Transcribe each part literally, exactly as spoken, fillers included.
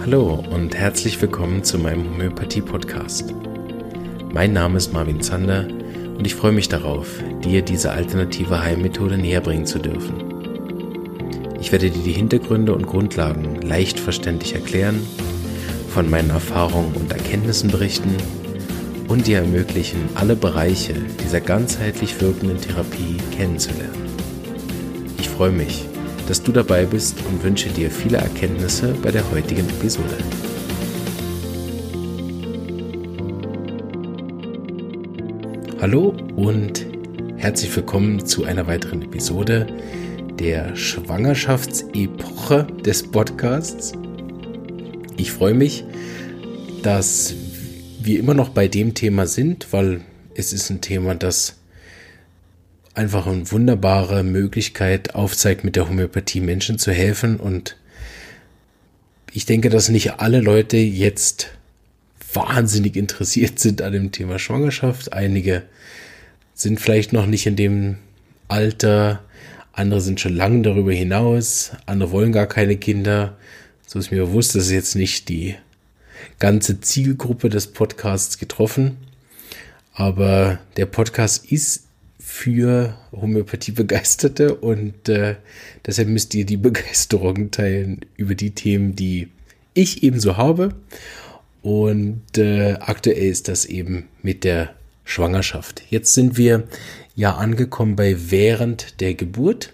Hallo und herzlich willkommen zu meinem Homöopathie-Podcast. Mein Name ist Marvin Zander und ich freue mich darauf, dir diese alternative Heilmethode näher bringen zu dürfen. Ich werde dir die Hintergründe und Grundlagen leicht verständlich erklären, von meinen Erfahrungen und Erkenntnissen berichten und dir ermöglichen, alle Bereiche dieser ganzheitlich wirkenden Therapie kennenzulernen. Ich freue mich, dass du dabei bist und wünsche dir viele Erkenntnisse bei der heutigen Episode. Hallo und herzlich willkommen zu einer weiteren Episode der Schwangerschaftsepoche des Podcasts. Ich freue mich, dass wir immer noch bei dem Thema sind, weil es ist ein Thema, das einfach eine wunderbare Möglichkeit aufzeigt, mit der Homöopathie Menschen zu helfen. Und ich denke, dass nicht alle Leute jetzt wahnsinnig interessiert sind an dem Thema Schwangerschaft. Einige sind vielleicht noch nicht in dem Alter, andere sind schon lange darüber hinaus, andere wollen gar keine Kinder. So ist mir bewusst, das ist jetzt nicht die ganze Zielgruppe des Podcasts getroffen. Aber der Podcast ist für Homöopathie-Begeisterte und äh, deshalb müsst ihr die Begeisterung teilen über die Themen, die ich ebenso habe. Und äh, aktuell ist das eben mit der Schwangerschaft. Jetzt sind wir ja angekommen bei während der Geburt.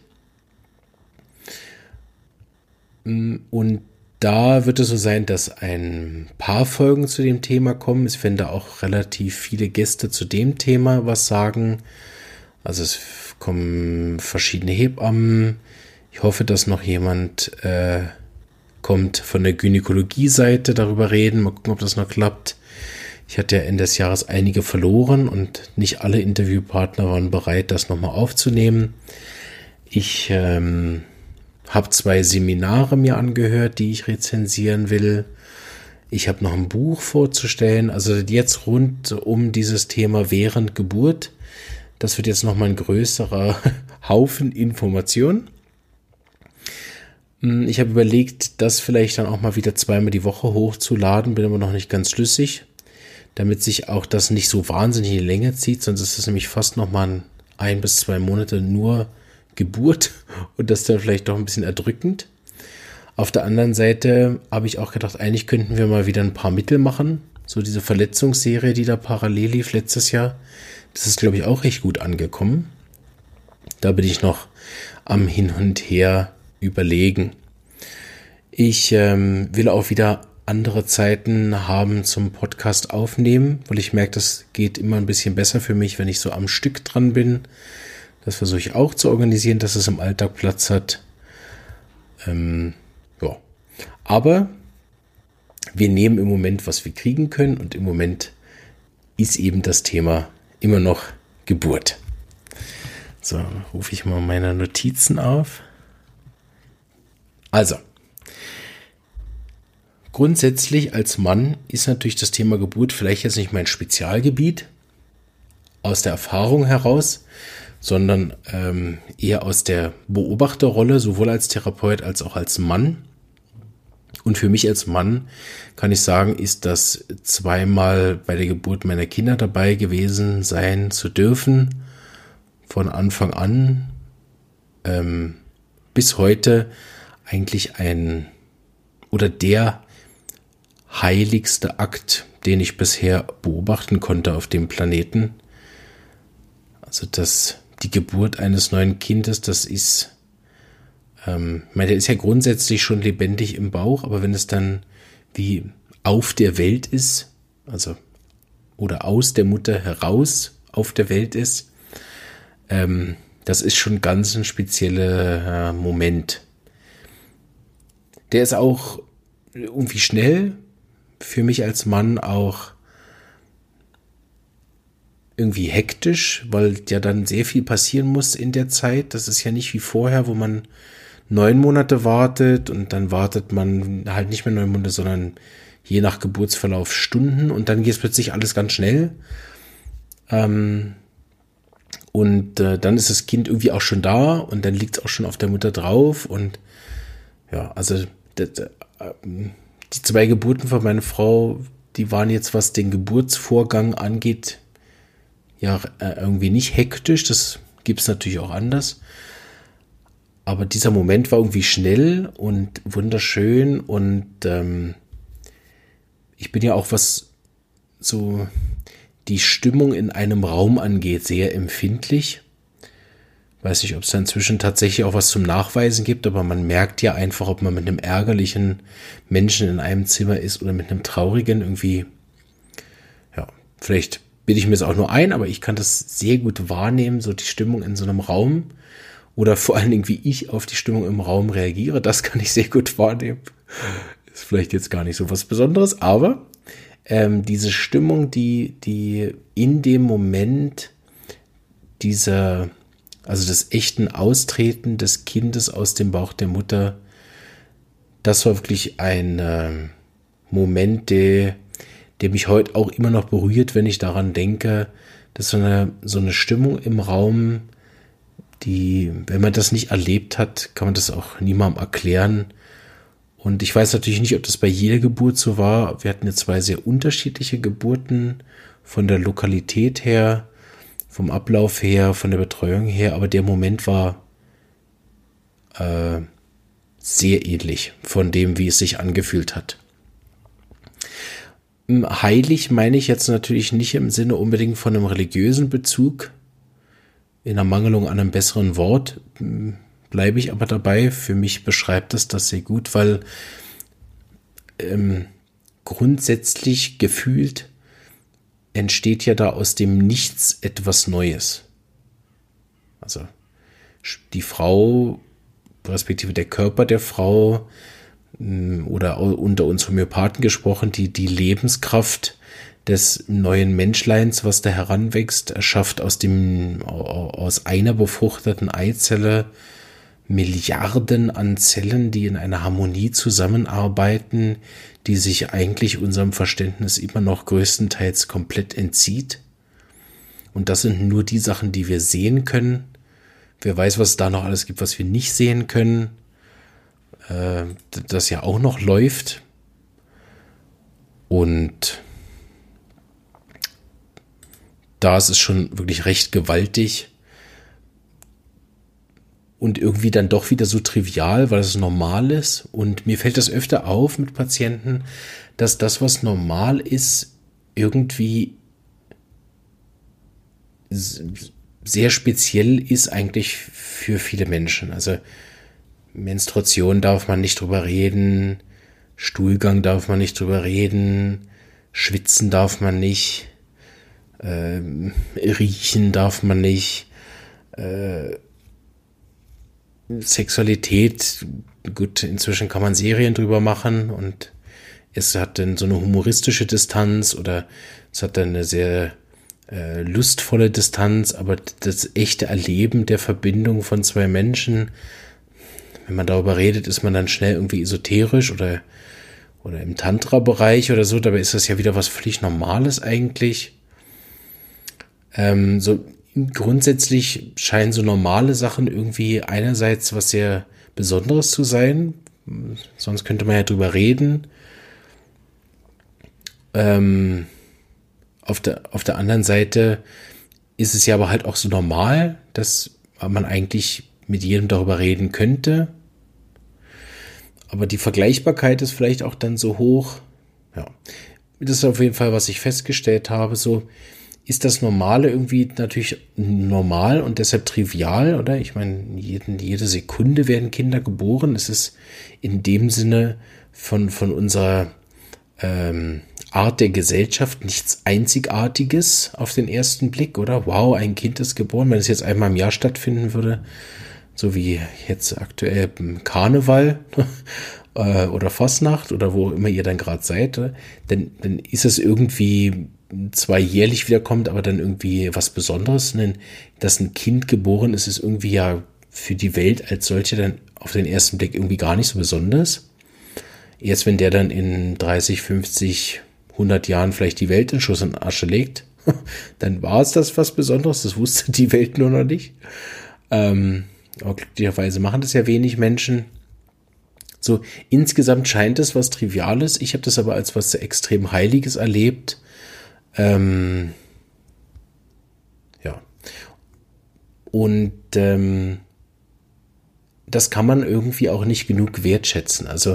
Und da wird es so sein, dass ein paar Folgen zu dem Thema kommen. Es werden da auch relativ viele Gäste zu dem Thema was sagen. Also es kommen verschiedene Hebammen. Ich hoffe, dass noch jemand äh, kommt von der Gynäkologie-Seite darüber reden. Mal gucken, ob das noch klappt. Ich hatte ja Ende des Jahres einige verloren und nicht alle Interviewpartner waren bereit, das nochmal aufzunehmen. Ich ähm, habe zwei Seminare mir angehört, die ich rezensieren will. Ich habe noch ein Buch vorzustellen. Also jetzt rund um dieses Thema während Geburt. Das wird jetzt nochmal ein größerer Haufen Informationen. Ich habe überlegt, das vielleicht dann auch mal wieder zweimal die Woche hochzuladen, bin aber noch nicht ganz schlüssig, damit sich auch das nicht so wahnsinnig in die Länge zieht, sonst ist es nämlich fast nochmal ein, ein bis zwei Monate nur Geburt und das dann vielleicht doch ein bisschen erdrückend. Auf der anderen Seite habe ich auch gedacht, eigentlich könnten wir mal wieder ein paar Mittel machen, so diese Verletzungsserie, die da parallel lief letztes Jahr. Das ist, glaube ich, auch recht gut angekommen. Da bin ich noch am Hin und Her überlegen. Ich ähm, will auch wieder andere Zeiten haben zum Podcast aufnehmen, weil ich merke, das geht immer ein bisschen besser für mich, wenn ich so am Stück dran bin. Das versuche ich auch zu organisieren, dass es im Alltag Platz hat. Ähm, ja. Aber wir nehmen im Moment, was wir kriegen können, und im Moment ist eben das Thema immer noch Geburt. So, rufe ich mal meine Notizen auf. Also, grundsätzlich als Mann ist natürlich das Thema Geburt vielleicht jetzt nicht mein Spezialgebiet aus der Erfahrung heraus, sondern ähm, eher aus der Beobachterrolle, sowohl als Therapeut als auch als Mann. Und für mich als Mann kann ich sagen, ist das zweimal bei der Geburt meiner Kinder dabei gewesen sein zu dürfen, von Anfang an ähm, bis heute eigentlich ein oder der heiligste Akt, den ich bisher beobachten konnte auf dem Planeten. Also das, die Geburt eines neuen Kindes, das ist Ähm, ich meine, der ist ja grundsätzlich schon lebendig im Bauch, aber wenn es dann wie auf der Welt ist, also oder aus der Mutter heraus auf der Welt ist, ähm, das ist schon ganz ein spezieller äh, Moment. Der ist auch irgendwie schnell, für mich als Mann auch irgendwie hektisch, weil ja dann sehr viel passieren muss in der Zeit. Das ist ja nicht wie vorher, wo man neun Monate wartet und dann wartet man halt nicht mehr neun Monate, sondern je nach Geburtsverlauf Stunden und dann geht es plötzlich alles ganz schnell. Ähm, und äh, dann ist das Kind irgendwie auch schon da und dann liegt es auch schon auf der Mutter drauf und ja, also das, äh, die zwei Geburten von meiner Frau, die waren jetzt, was den Geburtsvorgang angeht, ja, irgendwie nicht hektisch. Das gibt es natürlich auch anders. Aber dieser Moment war irgendwie schnell und wunderschön. Und ähm, ich bin ja auch, was so die Stimmung in einem Raum angeht, sehr empfindlich. Weiß nicht, ob es da inzwischen tatsächlich auch was zum Nachweisen gibt, aber man merkt ja einfach, ob man mit einem ärgerlichen Menschen in einem Zimmer ist oder mit einem traurigen irgendwie. Ja, vielleicht bilde ich mir es auch nur ein, aber ich kann das sehr gut wahrnehmen, so die Stimmung in so einem Raum oder vor allen Dingen, wie ich auf die Stimmung im Raum reagiere, das kann ich sehr gut wahrnehmen. Ist vielleicht jetzt gar nicht so was Besonderes, aber ähm, diese Stimmung, die, die in dem Moment dieser also das echten Austreten des Kindes aus dem Bauch der Mutter, das war wirklich ein äh, Moment, der, der mich heute auch immer noch berührt, wenn ich daran denke. Das ist so eine, so eine Stimmung im Raum, die, wenn man das nicht erlebt hat, kann man das auch niemandem erklären. Und ich weiß natürlich nicht, ob das bei jeder Geburt so war. Wir hatten ja zwei sehr unterschiedliche Geburten von der Lokalität her, vom Ablauf her, von der Betreuung her, aber der Moment war äh, sehr ähnlich von dem, wie es sich angefühlt hat. Heilig meine ich jetzt natürlich nicht im Sinne unbedingt von einem religiösen Bezug. In Ermangelung an einem besseren Wort bleibe ich aber dabei. Für mich beschreibt es das sehr gut, weil ähm, grundsätzlich gefühlt entsteht ja da aus dem Nichts etwas Neues. Also die Frau, respektive der Körper der Frau, oder unter uns Homöopathen gesprochen, die, die Lebenskraft des neuen Menschleins, was da heranwächst, erschafft aus dem, aus einer befruchteten Eizelle Milliarden an Zellen, die in einer Harmonie zusammenarbeiten, die sich eigentlich unserem Verständnis immer noch größtenteils komplett entzieht. Und das sind nur die Sachen, die wir sehen können. Wer weiß, was es da noch alles gibt, was wir nicht sehen können. Äh, das ja auch noch läuft. Und da ist es schon wirklich recht gewaltig. Und irgendwie dann doch wieder so trivial, weil es normal ist. Und mir fällt das öfter auf mit Patienten, dass das, was normal ist, irgendwie sehr speziell ist eigentlich für viele Menschen. Also Menstruation darf man nicht drüber reden, Stuhlgang darf man nicht drüber reden, schwitzen darf man nicht, äh, riechen darf man nicht, äh, Sexualität, gut, inzwischen kann man Serien drüber machen und es hat dann so eine humoristische Distanz oder es hat dann eine sehr äh, lustvolle Distanz, aber das echte Erleben der Verbindung von zwei Menschen, wenn man darüber redet, ist man dann schnell irgendwie esoterisch oder, oder im Tantra-Bereich oder so, dabei ist das ja wieder was völlig Normales eigentlich. Ähm, so grundsätzlich scheinen so normale Sachen irgendwie einerseits was sehr Besonderes zu sein, sonst könnte man ja drüber reden. Ähm, auf der, auf der anderen Seite ist es ja aber halt auch so normal, dass man eigentlich mit jedem darüber reden könnte. Aber die Vergleichbarkeit ist vielleicht auch dann so hoch. Ja, das ist auf jeden Fall, was ich festgestellt habe, so ist das Normale irgendwie natürlich normal und deshalb trivial, oder? Ich meine, jeden, jede Sekunde werden Kinder geboren. Es ist in dem Sinne von, von unserer ähm, Art der Gesellschaft nichts Einzigartiges auf den ersten Blick, oder? Wow, ein Kind ist geboren. Wenn es jetzt einmal im Jahr stattfinden würde, so wie jetzt aktuell im Karneval äh, oder Fastnacht oder wo immer ihr dann gerade seid, dann, dann ist es irgendwie zwar jährlich wiederkommt, aber dann irgendwie was Besonderes. Denn dass ein Kind geboren ist, ist irgendwie ja für die Welt als solche dann auf den ersten Blick irgendwie gar nicht so besonders. Erst wenn der dann in dreißig, fünfzig, hundert Jahren vielleicht die Welt in Schuss und Asche legt, dann war es das was Besonderes. Das wusste die Welt nur noch nicht. Ähm, aber glücklicherweise machen das ja wenig Menschen. So, insgesamt scheint es was Triviales. Ich habe das aber als was extrem Heiliges erlebt. Ähm, ja. Und ähm, das kann man irgendwie auch nicht genug wertschätzen. Also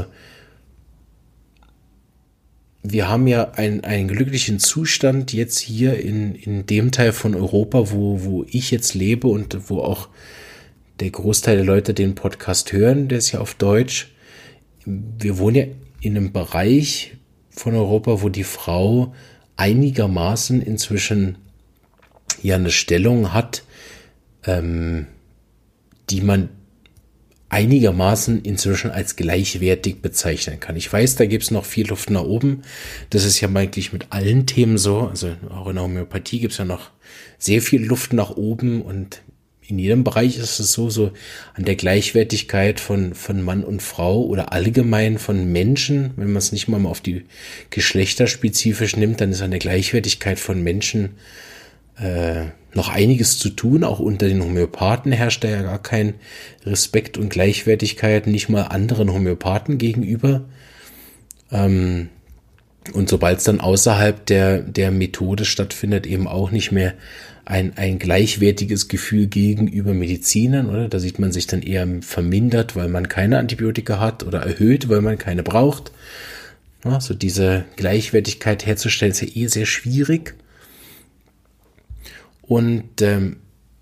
wir haben ja ein, einen glücklichen Zustand jetzt hier in, in dem Teil von Europa, wo, wo ich jetzt lebe und wo auch der Großteil der Leute den Podcast hören, der ist ja auf Deutsch. Wir wohnen ja in einem Bereich von Europa, wo die Frau einigermaßen inzwischen ja eine Stellung hat, ähm, die man einigermaßen inzwischen als gleichwertig bezeichnen kann. Ich weiß, da gibt es noch viel Luft nach oben. Das ist ja eigentlich mit allen Themen so. Also auch in der Homöopathie gibt es ja noch sehr viel Luft nach oben und in jedem Bereich ist es so, so an der Gleichwertigkeit von, von Mann und Frau oder allgemein von Menschen, wenn man es nicht mal auf die Geschlechter spezifisch nimmt, dann ist an der Gleichwertigkeit von Menschen äh, noch einiges zu tun. Auch unter den Homöopathen herrscht da ja gar kein Respekt und Gleichwertigkeit, nicht mal anderen Homöopathen gegenüber. Ähm, und sobald es dann außerhalb der, der Methode stattfindet, eben auch nicht mehr ein, ein gleichwertiges Gefühl gegenüber Medizinern, oder? Da sieht man sich dann eher vermindert, weil man keine Antibiotika hat, oder erhöht, weil man keine braucht. Ja, so diese Gleichwertigkeit herzustellen ist ja eh sehr schwierig. Und ähm,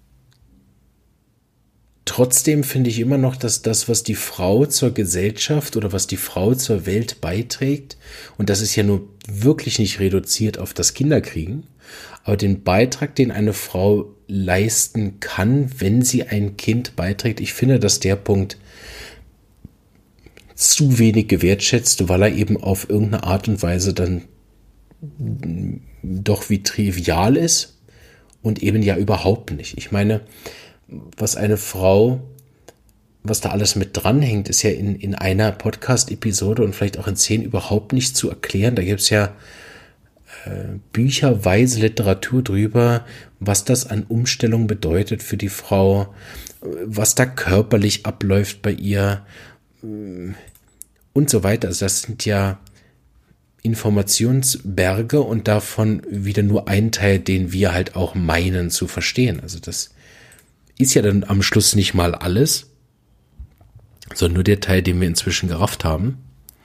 trotzdem finde ich immer noch, dass das, was die Frau zur Gesellschaft oder was die Frau zur Welt beiträgt, und das ist ja nur wirklich nicht reduziert auf das Kinderkriegen, aber den Beitrag, den eine Frau leisten kann, wenn sie ein Kind beiträgt, ich finde, dass der Punkt zu wenig gewertschätzt, weil er eben auf irgendeine Art und Weise dann doch wie trivial ist und eben ja überhaupt nicht. Ich meine, was eine Frau, was da alles mit dranhängt, ist ja in, in einer Podcast-Episode und vielleicht auch in zehn überhaupt nicht zu erklären. Da gibt es ja äh, bücherweise Literatur drüber, was das an Umstellung bedeutet für die Frau, was da körperlich abläuft bei ihr und so weiter. Also das sind ja Informationsberge und davon wieder nur ein Teil, den wir halt auch meinen zu verstehen. Also das ist ja dann am Schluss nicht mal alles, sondern nur der Teil, den wir inzwischen gerafft haben.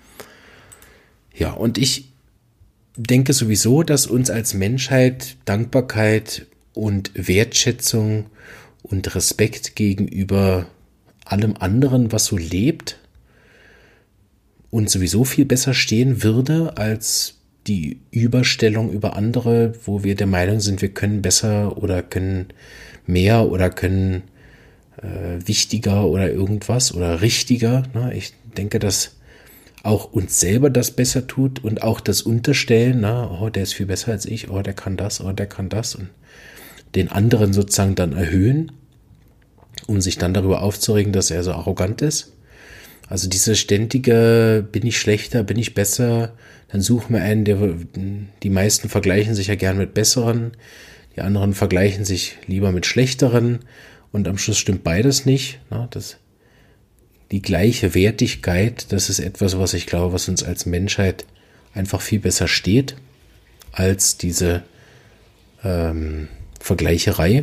Ja, und ich denke sowieso, dass uns als Menschheit Dankbarkeit und Wertschätzung und Respekt gegenüber allem anderen, was so lebt, uns sowieso viel besser stehen würde als die Überstellung über andere, wo wir der Meinung sind, wir können besser oder können mehr oder können äh, wichtiger oder irgendwas oder richtiger. Ne? Ich denke, dass auch uns selber das besser tut und auch das Unterstellen, na, oh, der ist viel besser als ich, oh, der kann das, oh, der kann das und den anderen sozusagen dann erhöhen, um sich dann darüber aufzuregen, dass er so arrogant ist. Also diese ständige, bin ich schlechter, bin ich besser, dann suchen wir einen, der, die meisten vergleichen sich ja gern mit besseren, die anderen vergleichen sich lieber mit schlechteren und am Schluss stimmt beides nicht. Ne? Das, die gleiche Wertigkeit, das ist etwas, was ich glaube, was uns als Menschheit einfach viel besser steht, als diese ähm, Vergleicherei.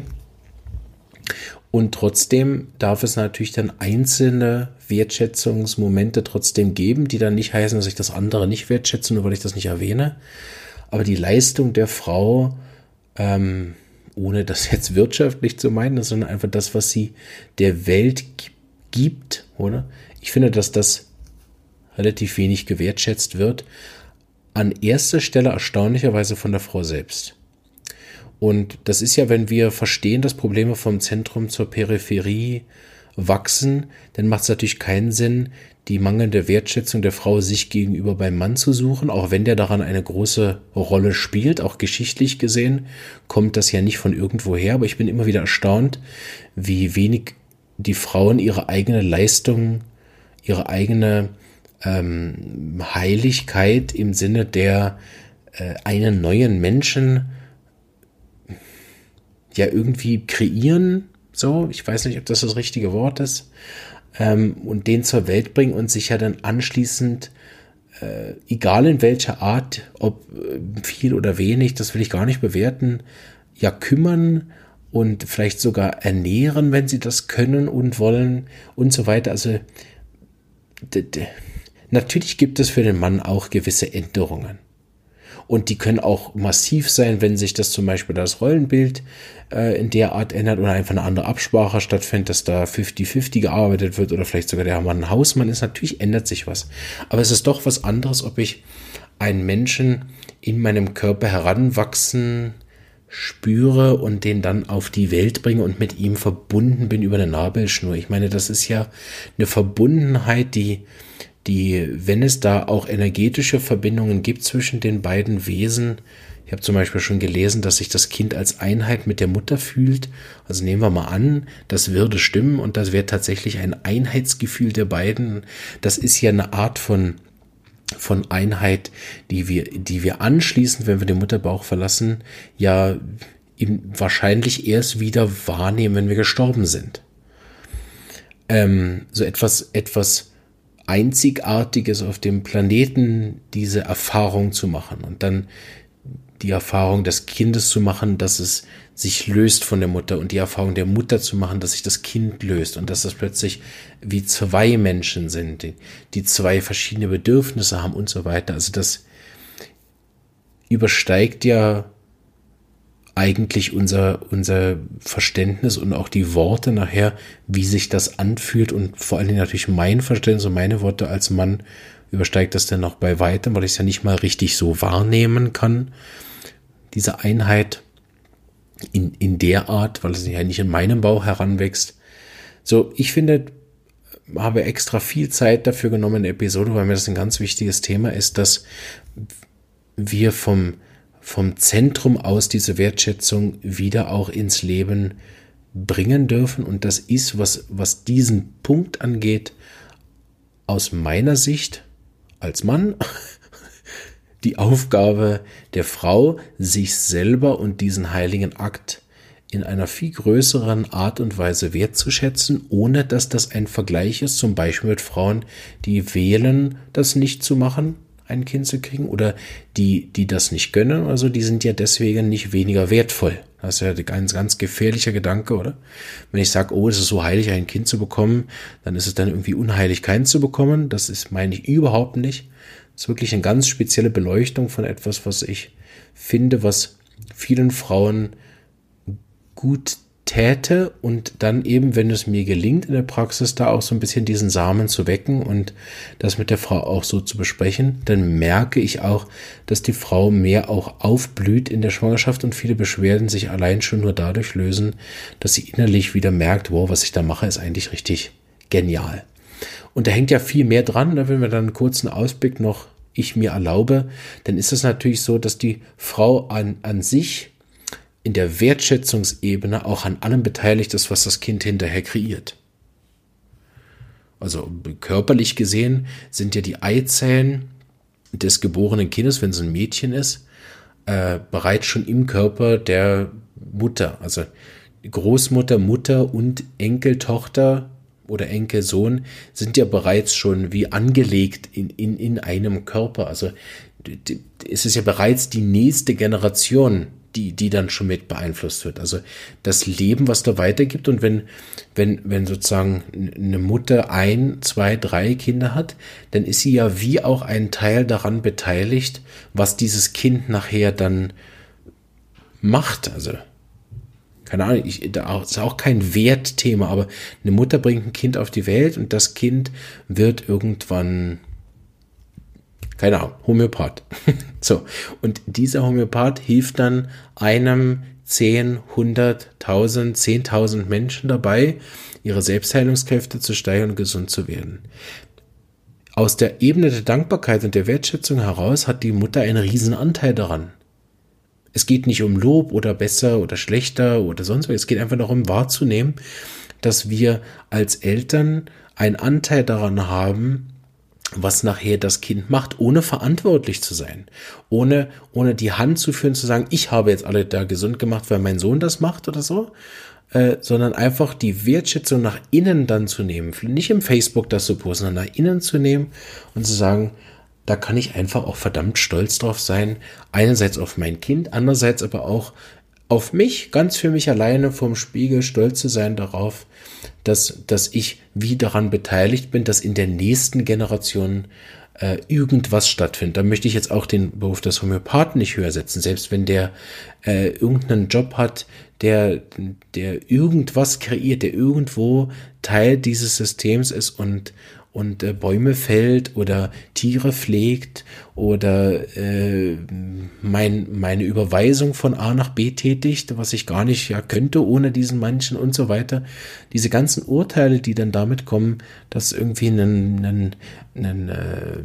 Und trotzdem darf es natürlich dann einzelne Wertschätzungsmomente trotzdem geben, die dann nicht heißen, dass ich das andere nicht wertschätze, nur weil ich das nicht erwähne. Aber die Leistung der Frau, ähm, ohne das jetzt wirtschaftlich zu meinen, sondern einfach das, was sie der Welt gibt, oder? Ich finde, dass das relativ wenig gewertschätzt wird. An erster Stelle erstaunlicherweise von der Frau selbst. Und das ist ja, wenn wir verstehen, dass Probleme vom Zentrum zur Peripherie wachsen, dann macht es natürlich keinen Sinn, die mangelnde Wertschätzung der Frau sich gegenüber beim Mann zu suchen, auch wenn der daran eine große Rolle spielt, auch geschichtlich gesehen, kommt das ja nicht von irgendwo her, aber ich bin immer wieder erstaunt, wie wenig die Frauen ihre eigene Leistung, ihre eigene ähm, Heiligkeit im Sinne der äh, einen neuen Menschen ja irgendwie kreieren, so, ich weiß nicht, ob das das richtige Wort ist, ähm, und den zur Welt bringen und sich ja dann anschließend, äh, egal in welcher Art, ob äh, viel oder wenig, das will ich gar nicht bewerten, ja kümmern und vielleicht sogar ernähren, wenn sie das können und wollen und so weiter. Also d- d- natürlich gibt es für den Mann auch gewisse Änderungen. Und die können auch massiv sein, wenn sich das zum Beispiel das Rollenbild äh, in der Art ändert oder einfach eine andere Absprache stattfindet, dass da fünfzig fünfzig gearbeitet wird oder vielleicht sogar der Mann Hausmann ist. Natürlich ändert sich was. Aber es ist doch was anderes, ob ich einen Menschen in meinem Körper heranwachsen spüre und den dann auf die Welt bringe und mit ihm verbunden bin über eine Nabelschnur. Ich meine, das ist ja eine Verbundenheit, die die, wenn es da auch energetische Verbindungen gibt zwischen den beiden Wesen, ich habe zum Beispiel schon gelesen, dass sich das Kind als Einheit mit der Mutter fühlt. Also nehmen wir mal an, das würde stimmen und das wäre tatsächlich ein Einheitsgefühl der beiden. Das ist ja eine Art von, von Einheit, die wir, die wir anschließend, wenn wir den Mutterbauch verlassen, ja eben wahrscheinlich erst wieder wahrnehmen, wenn wir gestorben sind. Ähm, so etwas, etwas Einzigartiges auf dem Planeten, diese Erfahrung zu machen und dann die Erfahrung des Kindes zu machen, dass es sich löst von der Mutter und die Erfahrung der Mutter zu machen, dass sich das Kind löst und dass das plötzlich wie zwei Menschen sind, die, die zwei verschiedene Bedürfnisse haben und so weiter. Also das übersteigt ja eigentlich unser, unser Verständnis und auch die Worte nachher, wie sich das anfühlt und vor allen Dingen natürlich mein Verständnis und meine Worte als Mann übersteigt das dann noch bei weitem, weil ich es ja nicht mal richtig so wahrnehmen kann, diese Einheit in, in der Art, weil es ja nicht in meinem Bauch heranwächst. So, ich finde, habe extra viel Zeit dafür genommen in der Episode, weil mir das ein ganz wichtiges Thema ist, dass wir vom vom Zentrum aus diese Wertschätzung wieder auch ins Leben bringen dürfen. Und das ist, was, was diesen Punkt angeht, aus meiner Sicht als Mann die Aufgabe der Frau, sich selber und diesen heiligen Akt in einer viel größeren Art und Weise wertzuschätzen, ohne dass das ein Vergleich ist, zum Beispiel mit Frauen, die wählen, das nicht zu machen, ein Kind zu kriegen, oder die, die das nicht gönnen, also die sind ja deswegen nicht weniger wertvoll. Das ist ja ein ganz, ganz gefährlicher Gedanke, oder? Wenn ich sage, oh, es ist so heilig, ein Kind zu bekommen, dann ist es dann irgendwie unheilig, keins zu bekommen. Das ist, meine ich, überhaupt nicht. Das ist wirklich eine ganz spezielle Beleuchtung von etwas, was ich finde, was vielen Frauen gut täte und dann eben, wenn es mir gelingt in der Praxis, da auch so ein bisschen diesen Samen zu wecken und das mit der Frau auch so zu besprechen, dann merke ich auch, dass die Frau mehr auch aufblüht in der Schwangerschaft und viele Beschwerden sich allein schon nur dadurch lösen, dass sie innerlich wieder merkt, wow, was ich da mache, ist eigentlich richtig genial. Und da hängt ja viel mehr dran, da wenn wir dann einen kurzen Ausblick noch ich mir erlaube, dann ist es natürlich so, dass die Frau an, an sich in der Wertschätzungsebene auch an allem beteiligt ist, was das Kind hinterher kreiert. Also körperlich gesehen sind ja die Eizellen des geborenen Kindes, wenn es ein Mädchen ist, äh, bereits schon im Körper der Mutter. Also Großmutter, Mutter und Enkeltochter oder Enkelsohn sind ja bereits schon wie angelegt in, in, in einem Körper. Also es ist ja bereits die nächste Generation, die, die dann schon mit beeinflusst wird. Also das Leben, was da weitergibt. Und wenn, wenn, wenn sozusagen eine Mutter ein, zwei, drei Kinder hat, dann ist sie ja wie auch ein Teil daran beteiligt, was dieses Kind nachher dann macht. Also keine Ahnung, ich, da ist auch kein Wertthema, aber eine Mutter bringt ein Kind auf die Welt und das Kind wird irgendwann, keine Ahnung, Homöopath. So, und dieser Homöopath hilft dann einem zehn, hundert, tausend, zehntausend Menschen dabei, ihre Selbstheilungskräfte zu steigern und gesund zu werden. Aus der Ebene der Dankbarkeit und der Wertschätzung heraus hat die Mutter einen riesen Anteil daran. Es geht nicht um Lob oder besser oder schlechter oder sonst was. Es geht einfach darum wahrzunehmen, dass wir als Eltern einen Anteil daran haben, was nachher das Kind macht, ohne verantwortlich zu sein. Ohne, ohne die Hand zu führen, zu sagen, ich habe jetzt alle da gesund gemacht, weil mein Sohn das macht oder so. äh, sondern einfach die Wertschätzung nach innen dann zu nehmen. Nicht im Facebook das zu posten, sondern nach innen zu nehmen und zu sagen, da kann ich einfach auch verdammt stolz drauf sein. Einerseits auf mein Kind, andererseits aber auch auf mich, ganz für mich alleine vorm Spiegel stolz zu sein darauf, dass, dass ich wie daran beteiligt bin, dass in der nächsten Generation äh, irgendwas stattfindet. Da möchte ich jetzt auch den Beruf des Homöopathen nicht höher setzen, selbst wenn der äh, irgendeinen Job hat, der, der irgendwas kreiert, der irgendwo Teil dieses Systems ist und und äh, Bäume fällt oder Tiere pflegt oder äh, mein, meine Überweisung von A nach B tätigt, was ich gar nicht ja könnte ohne diesen Menschen und so weiter. Diese ganzen Urteile, die dann damit kommen, dass irgendwie ein, ein, ein äh,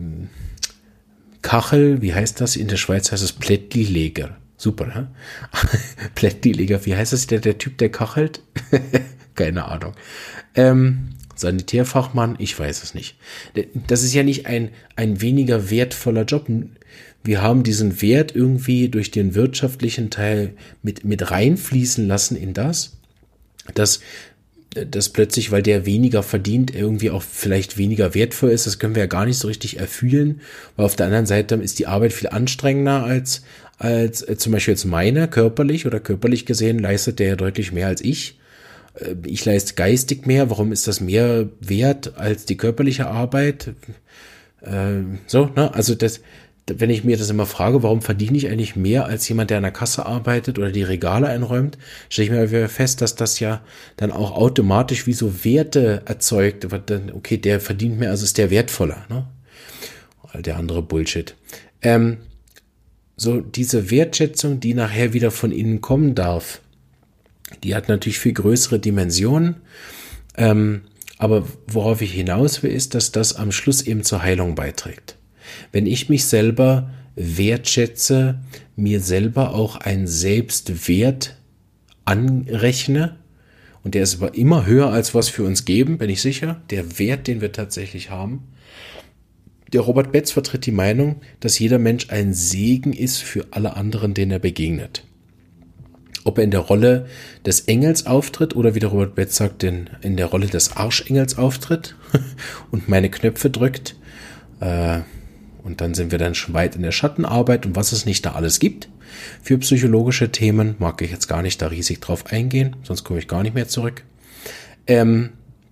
Kachel, wie heißt das? In der Schweiz heißt es Plättlileger. Super, ne? Plättlileger, wie heißt das? Der, der Typ, der kachelt? Keine Ahnung. Ähm, Sanitärfachmann, ich weiß es nicht. Das ist ja nicht ein, ein weniger wertvoller Job. Wir haben diesen Wert irgendwie durch den wirtschaftlichen Teil mit, mit reinfließen lassen in das, dass, dass plötzlich, weil der weniger verdient, irgendwie auch vielleicht weniger wertvoll ist. Das können wir ja gar nicht so richtig erfühlen, weil auf der anderen Seite ist die Arbeit viel anstrengender als, als äh, zum Beispiel jetzt meine, körperlich oder körperlich gesehen leistet der ja deutlich mehr als ich. Ich leiste geistig mehr, warum ist das mehr wert als die körperliche Arbeit? Ähm, so, ne? Also das, wenn ich mir das immer frage, warum verdiene ich eigentlich mehr als jemand, der an der Kasse arbeitet oder die Regale einräumt, stelle ich mir wieder fest, dass das ja dann auch automatisch wie so Werte erzeugt. Okay, der verdient mehr, also ist der wertvoller, ne? All der andere Bullshit. Ähm, so diese Wertschätzung, die nachher wieder von innen kommen darf, die hat natürlich viel größere Dimensionen, ähm, aber worauf ich hinaus will, ist, dass das am Schluss eben zur Heilung beiträgt. Wenn ich mich selber wertschätze, mir selber auch einen Selbstwert anrechne, und der ist aber immer höher als was wir uns geben, bin ich sicher, der Wert, den wir tatsächlich haben. Der Robert Betz vertritt die Meinung, dass jeder Mensch ein Segen ist für alle anderen, denen er begegnet. Ob er in der Rolle des Engels auftritt oder wie der Robert Betz sagt, in, in der Rolle des Arschengels auftritt und meine Knöpfe drückt. Äh, und dann sind wir dann schon weit in der Schattenarbeit und was es nicht da alles gibt. Für psychologische Themen mag ich jetzt gar nicht da riesig drauf eingehen, sonst komme ich gar nicht mehr zurück. Ähm,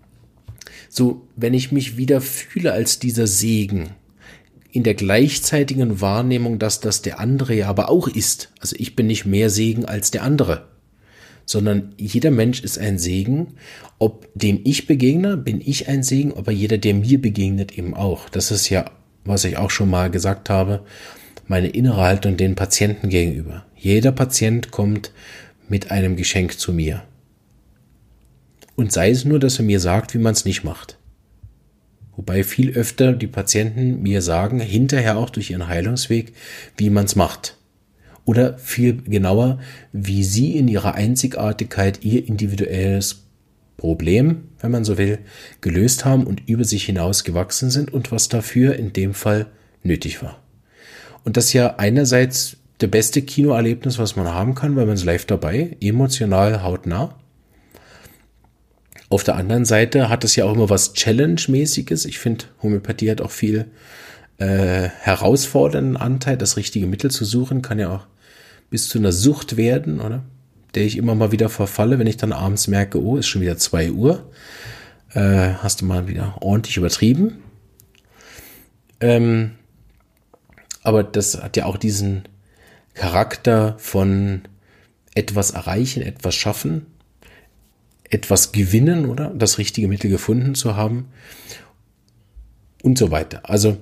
so, wenn ich mich wieder fühle als dieser Segen, in der gleichzeitigen Wahrnehmung, dass das der andere ja aber auch ist. Also ich bin nicht mehr Segen als der andere, sondern jeder Mensch ist ein Segen. Ob dem ich begegne, bin ich ein Segen, aber jeder, der mir begegnet, eben auch. Das ist ja, was ich auch schon mal gesagt habe, meine innere Haltung den Patienten gegenüber. Jeder Patient kommt mit einem Geschenk zu mir. Und sei es nur, dass er mir sagt, wie man es nicht macht. Wobei viel öfter die Patienten mir sagen, hinterher auch durch ihren Heilungsweg, wie man es macht. Oder viel genauer, wie sie in ihrer Einzigartigkeit ihr individuelles Problem, wenn man so will, gelöst haben und über sich hinaus gewachsen sind und was dafür in dem Fall nötig war. Und das ist ja einerseits der beste Kinoerlebnis, was man haben kann, weil man ist live dabei, emotional hautnah. Auf der anderen Seite hat es ja auch immer was Challenge-mäßiges. Ich finde, Homöopathie hat auch viel äh, herausfordernden Anteil. Das richtige Mittel zu suchen kann ja auch bis zu einer Sucht werden, oder? Der ich immer mal wieder verfalle, wenn ich dann abends merke, oh, ist schon wieder zwei Uhr. Äh, hast du mal wieder ordentlich übertrieben. Ähm, aber das hat ja auch diesen Charakter von etwas erreichen, etwas schaffen, etwas gewinnen, oder? Das richtige Mittel gefunden zu haben und so weiter. Also,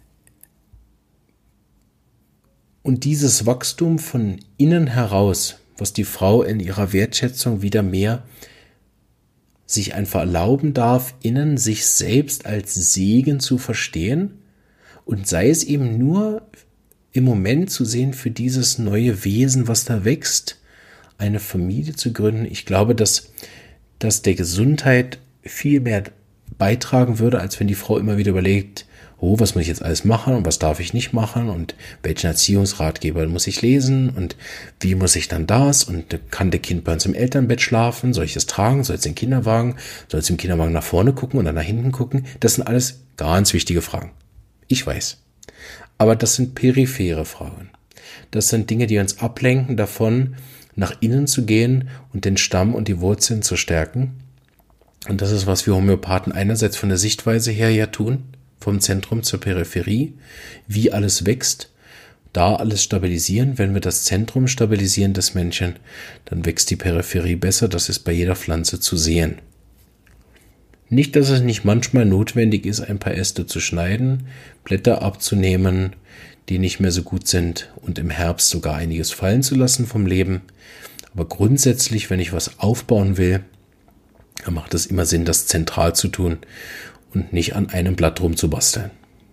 und dieses Wachstum von innen heraus, was die Frau in ihrer Wertschätzung wieder mehr sich einfach erlauben darf, innen sich selbst als Segen zu verstehen und sei es eben nur im Moment zu sehen für dieses neue Wesen, was da wächst, eine Familie zu gründen. Ich glaube, dass dass der Gesundheit viel mehr beitragen würde, als wenn die Frau immer wieder überlegt, oh, was muss ich jetzt alles machen und was darf ich nicht machen und welchen Erziehungsratgeber muss ich lesen und wie muss ich dann das und kann der Kind bei uns im Elternbett schlafen, soll ich es tragen, soll es im Kinderwagen, soll es im Kinderwagen nach vorne gucken oder nach hinten gucken? Das sind alles ganz wichtige Fragen. Ich weiß. Aber das sind periphere Fragen. Das sind Dinge, die uns ablenken davon, nach innen zu gehen und den Stamm und die Wurzeln zu stärken. Und das ist, was wir Homöopathen einerseits von der Sichtweise her ja tun, vom Zentrum zur Peripherie, wie alles wächst, da alles stabilisieren. Wenn wir das Zentrum stabilisieren des Menschen, dann wächst die Peripherie besser. Das ist bei jeder Pflanze zu sehen. Nicht, dass es nicht manchmal notwendig ist, ein paar Äste zu schneiden, Blätter abzunehmen, die nicht mehr so gut sind und im Herbst sogar einiges fallen zu lassen vom Leben. Aber grundsätzlich, wenn ich was aufbauen will, dann macht es immer Sinn, das zentral zu tun und nicht an einem Blatt rumzubasteln.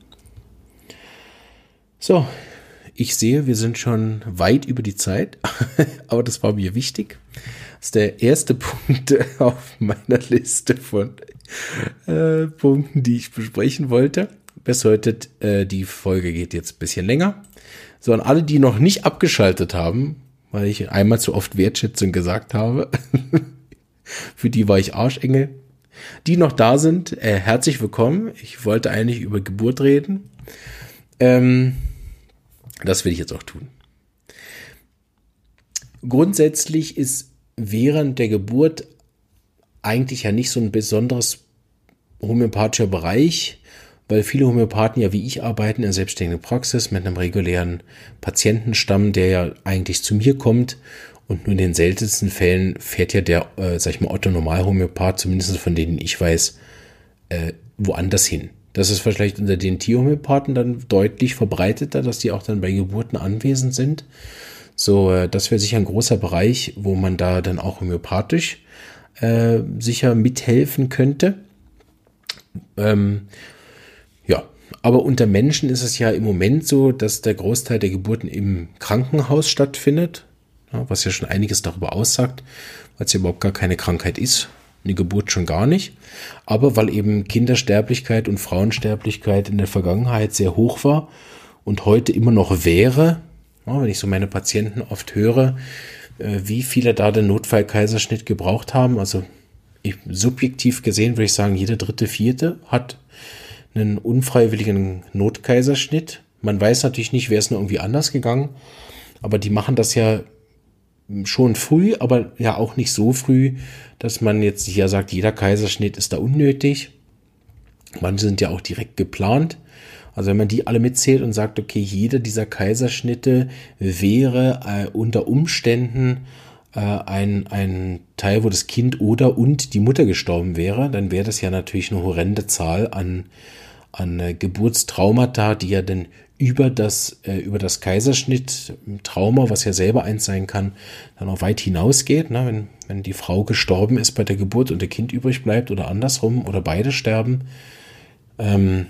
So, ich sehe, wir sind schon weit über die Zeit, aber das war mir wichtig. Das ist der erste Punkt auf meiner Liste von äh, Punkten, die ich besprechen wollte. Bedeutet, äh, die Folge geht jetzt ein bisschen länger. So, an alle, die noch nicht abgeschaltet haben, weil ich einmal zu oft Wertschätzung gesagt habe, für die war ich Arschengel. Die noch da sind, äh, herzlich willkommen. Ich wollte eigentlich über Geburt reden. Ähm, das will ich jetzt auch tun. Grundsätzlich ist während der Geburt eigentlich ja nicht so ein besonderes homöopathischer Bereich, weil viele Homöopathen ja wie ich arbeiten in selbstständiger Praxis mit einem regulären Patientenstamm, der ja eigentlich zu mir kommt. Und nur in den seltensten Fällen fährt ja der, äh, sag ich mal, Otto-Normal-Homöopath, zumindest von denen ich weiß, äh, woanders hin. Das ist vielleicht unter den Tierhomöopathen dann deutlich verbreiteter, dass die auch dann bei Geburten anwesend sind. So, äh, das wäre sicher ein großer Bereich, wo man da dann auch homöopathisch äh, sicher mithelfen könnte. Ähm, ja, aber unter Menschen ist es ja im Moment so, dass der Großteil der Geburten im Krankenhaus stattfindet. Ja, was ja schon einiges darüber aussagt, weil es ja überhaupt gar keine Krankheit ist, eine Geburt schon gar nicht, aber weil eben Kindersterblichkeit und Frauensterblichkeit in der Vergangenheit sehr hoch war und heute immer noch wäre, ja, wenn ich so meine Patienten oft höre, äh, wie viele da den Notfallkaiserschnitt gebraucht haben, also ich, subjektiv gesehen würde ich sagen, jeder dritte, vierte hat einen unfreiwilligen Notkaiserschnitt. Man weiß natürlich nicht, wäre es nur irgendwie anders gegangen, aber die machen das ja schon früh, aber ja auch nicht so früh, dass man jetzt hier sagt, jeder Kaiserschnitt ist da unnötig. Manche sind ja auch direkt geplant. Also wenn man die alle mitzählt und sagt, okay, jeder dieser Kaiserschnitte wäre äh, unter Umständen äh, ein, ein Teil, wo das Kind oder und die Mutter gestorben wäre, dann wäre das ja natürlich eine horrende Zahl an, an äh, Geburtstraumata, die ja dann über das, äh, über das Kaiserschnitt-Trauma, was ja selber eins sein kann, dann auch weit hinausgeht. Ne? Wenn, wenn die Frau gestorben ist bei der Geburt und der Kind übrig bleibt oder andersrum oder beide sterben, ähm,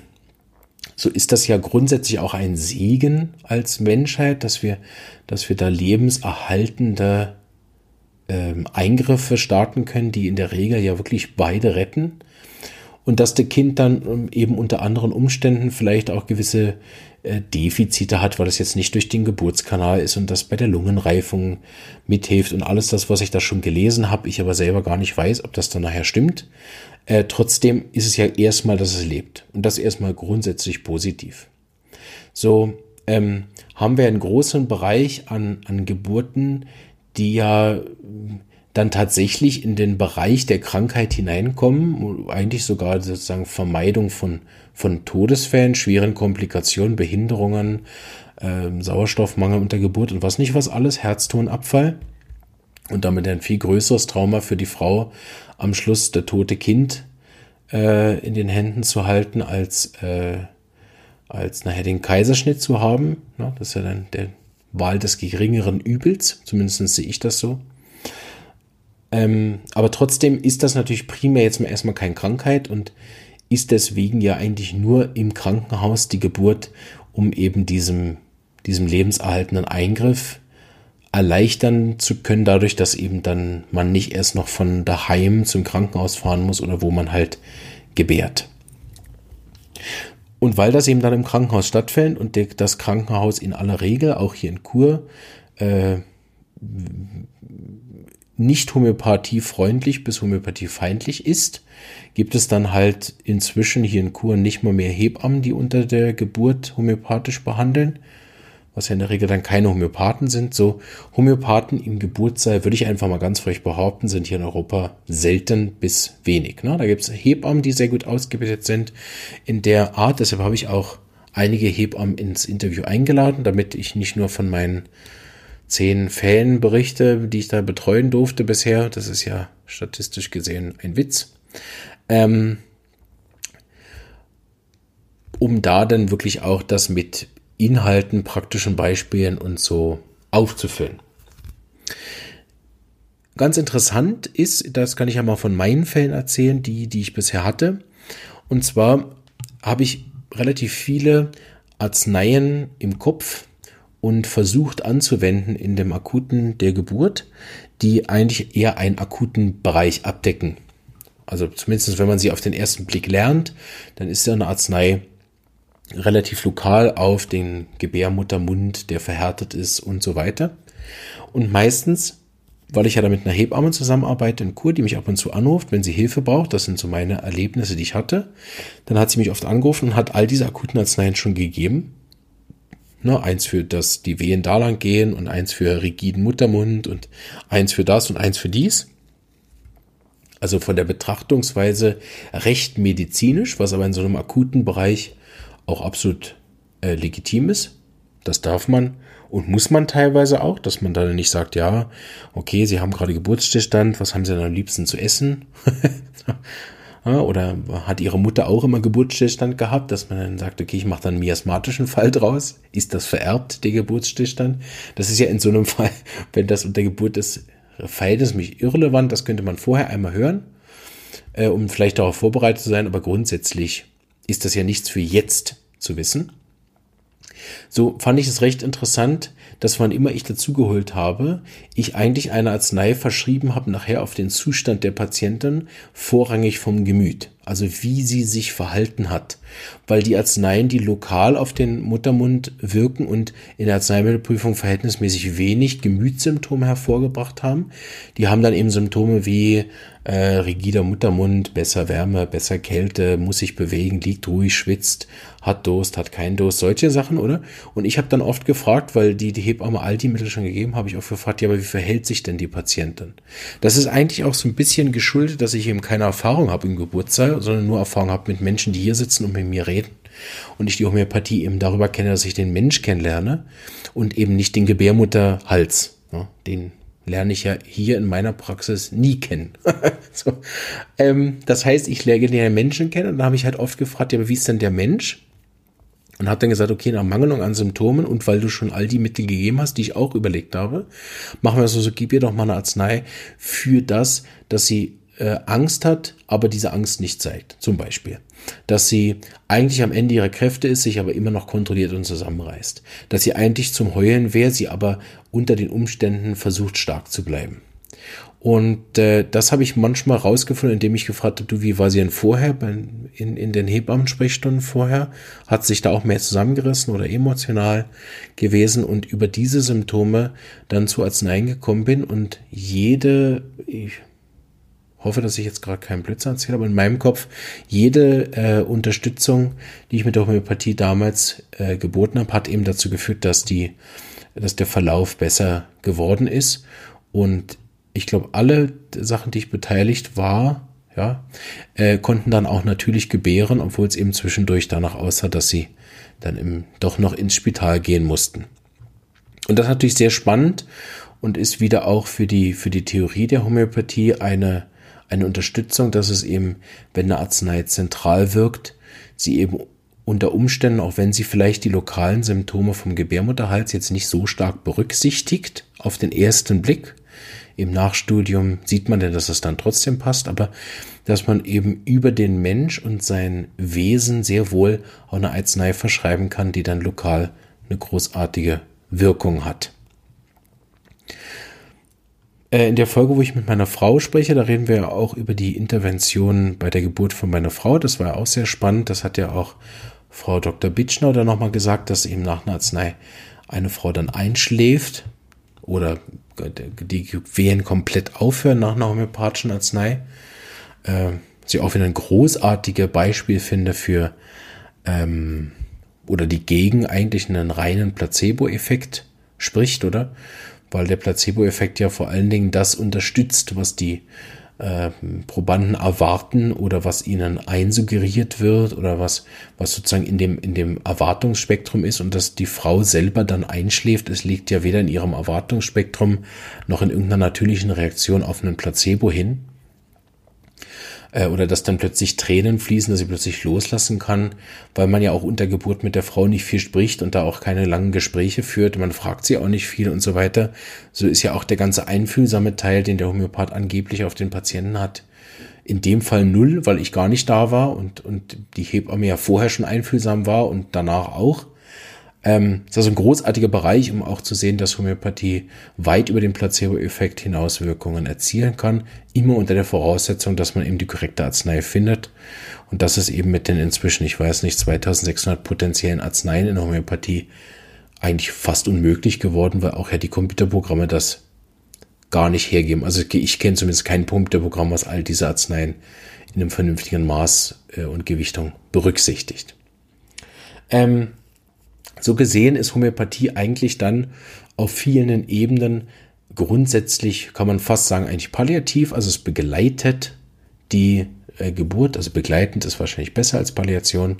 so ist das ja grundsätzlich auch ein Segen als Menschheit, dass wir, dass wir da lebenserhaltende ähm, Eingriffe starten können, die in der Regel ja wirklich beide retten. Und dass der Kind dann eben unter anderen Umständen vielleicht auch gewisse äh, Defizite hat, weil es jetzt nicht durch den Geburtskanal ist und das bei der Lungenreifung mithilft und alles das, was ich da schon gelesen habe, ich aber selber gar nicht weiß, ob das dann nachher stimmt. Äh, trotzdem ist es ja erstmal, dass es lebt und das erstmal grundsätzlich positiv. So ähm, haben wir einen großen Bereich an, an Geburten, die ja dann tatsächlich in den Bereich der Krankheit hineinkommen, eigentlich sogar sozusagen Vermeidung von, von Todesfällen, schweren Komplikationen, Behinderungen, äh, Sauerstoffmangel unter Geburt und was nicht was alles, Herztonabfall und damit ein viel größeres Trauma für die Frau, am Schluss der tote Kind äh, in den Händen zu halten, als, äh, als nachher den Kaiserschnitt zu haben. Ja, das ist ja dann der Wahl des geringeren Übels, zumindest sehe ich das so. Ähm, aber trotzdem ist das natürlich primär jetzt mal erstmal keine Krankheit und ist deswegen ja eigentlich nur im Krankenhaus die Geburt, um eben diesem, diesem lebenserhaltenden Eingriff erleichtern zu können, dadurch, dass eben dann man nicht erst noch von daheim zum Krankenhaus fahren muss oder wo man halt gebärt. Und weil das eben dann im Krankenhaus stattfindet und der, das Krankenhaus in aller Regel, auch hier in Chur, äh, nicht homöopathiefreundlich bis homöopathiefeindlich ist, gibt es dann halt inzwischen hier in Chur nicht mal mehr Hebammen, die unter der Geburt homöopathisch behandeln, was ja in der Regel dann keine Homöopathen sind. So Homöopathen im Geburtssaal, würde ich einfach mal ganz frech behaupten, sind hier in Europa selten bis wenig. Ne? Da gibt es Hebammen, die sehr gut ausgebildet sind in der Art. Deshalb habe ich auch einige Hebammen ins Interview eingeladen, damit ich nicht nur von meinen zehn Fällen berichte, die ich da betreuen durfte bisher. Das ist ja statistisch gesehen ein Witz. Ähm, um da dann wirklich auch das mit Inhalten, praktischen Beispielen und so aufzufüllen. Ganz interessant ist, das kann ich ja mal von meinen Fällen erzählen, die, die ich bisher hatte. Und zwar habe ich relativ viele Arzneien im Kopf und versucht anzuwenden in dem Akuten der Geburt, die eigentlich eher einen akuten Bereich abdecken. Also zumindest, wenn man sie auf den ersten Blick lernt, dann ist ja eine Arznei relativ lokal auf den Gebärmuttermund, der verhärtet ist und so weiter. Und meistens, weil ich ja da mit einer Hebamme zusammenarbeite in Chur, die mich ab und zu anruft, wenn sie Hilfe braucht, das sind so meine Erlebnisse, die ich hatte, dann hat sie mich oft angerufen und hat all diese akuten Arzneien schon gegeben. Ne, eins für das die Wehen da lang gehen und eins für rigiden Muttermund und eins für das und eins für dies. Also von der Betrachtungsweise recht medizinisch, was aber in so einem akuten Bereich auch absolut äh, legitim ist. Das darf man und muss man teilweise auch, dass man dann nicht sagt, ja, okay, Sie haben gerade Geburtsstillstand, was haben Sie denn am liebsten zu essen? Oder hat Ihre Mutter auch immer Geburtsstillstand gehabt, dass man dann sagt, okay, ich mache dann einen miasmatischen Fall draus. Ist das vererbt, der Geburtsstillstand? Das ist ja in so einem Fall, wenn das unter Geburt ist, verhältnismäßig irrelevant. Das könnte man vorher einmal hören, äh, um vielleicht darauf vorbereitet zu sein. Aber grundsätzlich ist das ja nichts für jetzt zu wissen. So fand ich es recht interessant, dass wann immer ich dazugeholt habe, ich eigentlich eine Arznei verschrieben habe, nachher auf den Zustand der Patientin, vorrangig vom Gemüt. Also wie sie sich verhalten hat. Weil die Arzneien, die lokal auf den Muttermund wirken und in der Arzneimittelprüfung verhältnismäßig wenig Gemütssymptome hervorgebracht haben, die haben dann eben Symptome wie äh, rigider Muttermund, besser Wärme, besser Kälte, muss sich bewegen, liegt ruhig, schwitzt, hat Durst, hat keinen Durst, solche Sachen, oder? Und ich habe dann oft gefragt, weil die, die Hebamme all die Mittel schon gegeben, habe ich auch gefragt, ja, aber wie verhält sich denn die Patientin? Das ist eigentlich auch so ein bisschen geschuldet, dass ich eben keine Erfahrung habe im Geburtssaal, sondern nur Erfahrung habe mit Menschen, die hier sitzen und mit mir reden. Und ich die Homöopathie eben darüber kenne, dass ich den Mensch kennenlerne und eben nicht den Gebärmutterhals. Ja, den lerne ich ja hier in meiner Praxis nie kennen. so. ähm, das heißt, ich lerne den Menschen kennen und dann habe ich halt oft gefragt, ja, aber wie ist denn der Mensch? Und habe dann gesagt, okay, nach Mangelung an Symptomen und weil du schon all die Mittel gegeben hast, die ich auch überlegt habe, machen wir so, so gib ihr doch mal eine Arznei für das, dass sie äh, Angst hat, aber diese Angst nicht zeigt. Zum Beispiel, dass sie eigentlich am Ende ihrer Kräfte ist, sich aber immer noch kontrolliert und zusammenreißt. Dass sie eigentlich zum Heulen wäre, sie aber unter den Umständen versucht, stark zu bleiben. Und äh, das habe ich manchmal rausgefunden, indem ich gefragt habe, du, wie war sie denn vorher, bei, in, in den Hebammensprechstunden vorher? Hat sich da auch mehr zusammengerissen oder emotional gewesen? Und über diese Symptome dann zu Arzneien gekommen bin und jede, ich hoffe, dass ich jetzt gerade keinen Blödsinn erzähle, aber in meinem Kopf, jede äh, Unterstützung, die ich mit der Homöopathie damals äh, geboten habe, hat eben dazu geführt, dass die, dass der Verlauf besser geworden ist. Und ich glaube, alle Sachen, die ich beteiligt war, ja, äh, konnten dann auch natürlich gebären, obwohl es eben zwischendurch danach aussah, dass sie dann im, doch noch ins Spital gehen mussten. Und das ist natürlich sehr spannend und ist wieder auch für die, für die Theorie der Homöopathie eine, eine Unterstützung, dass es eben, wenn eine Arznei zentral wirkt, sie eben unter Umständen, auch wenn sie vielleicht die lokalen Symptome vom Gebärmutterhals jetzt nicht so stark berücksichtigt, auf den ersten Blick. Im Nachstudium sieht man denn, dass es dann trotzdem passt, aber dass man eben über den Mensch und sein Wesen sehr wohl auch eine Arznei verschreiben kann, die dann lokal eine großartige Wirkung hat. Äh, in der Folge, wo ich mit meiner Frau spreche, da reden wir ja auch über die Intervention bei der Geburt von meiner Frau. Das war ja auch sehr spannend. Das hat ja auch Frau Doktor Bitschner dann nochmal gesagt, dass eben nach einer Arznei eine Frau dann einschläft oder die Wehen komplett aufhören nach einer homöopathischen Arznei. Äh, was ich auch wieder ein großartiges Beispiel finde für ähm, oder die gegen eigentlich einen reinen Placebo-Effekt spricht, oder? Weil der Placebo-Effekt ja vor allen Dingen das unterstützt, was die äh, Probanden erwarten oder was ihnen einsuggeriert wird oder was, was sozusagen in dem, in dem Erwartungsspektrum ist, und dass die Frau selber dann einschläft. Es liegt ja weder in ihrem Erwartungsspektrum noch in irgendeiner natürlichen Reaktion auf einen Placebo hin. Oder dass dann plötzlich Tränen fließen, dass sie plötzlich loslassen kann, weil man ja auch unter Geburt mit der Frau nicht viel spricht und da auch keine langen Gespräche führt. Man fragt sie auch nicht viel und so weiter. So ist ja auch der ganze einfühlsame Teil, den der Homöopath angeblich auf den Patienten hat, in dem Fall null, weil ich gar nicht da war und, und die Hebamme ja vorher schon einfühlsam war und danach auch. Ähm, das ist also ein großartiger Bereich, um auch zu sehen, dass Homöopathie weit über den Placebo-Effekt hinaus Wirkungen erzielen kann, immer unter der Voraussetzung, dass man eben die korrekte Arznei findet. Und das ist eben mit den inzwischen, ich weiß nicht, zweitausendsechshundert potenziellen Arzneien in der Homöopathie eigentlich fast unmöglich geworden, weil auch ja die Computerprogramme das gar nicht hergeben. Also ich kenne zumindest kein Computerprogramm, was all diese Arzneien in einem vernünftigen Maß äh, und Gewichtung berücksichtigt. Ähm, So gesehen ist Homöopathie eigentlich dann auf vielen Ebenen grundsätzlich, kann man fast sagen, eigentlich palliativ. Also es begleitet die äh, Geburt, also begleitend ist wahrscheinlich besser als Palliation.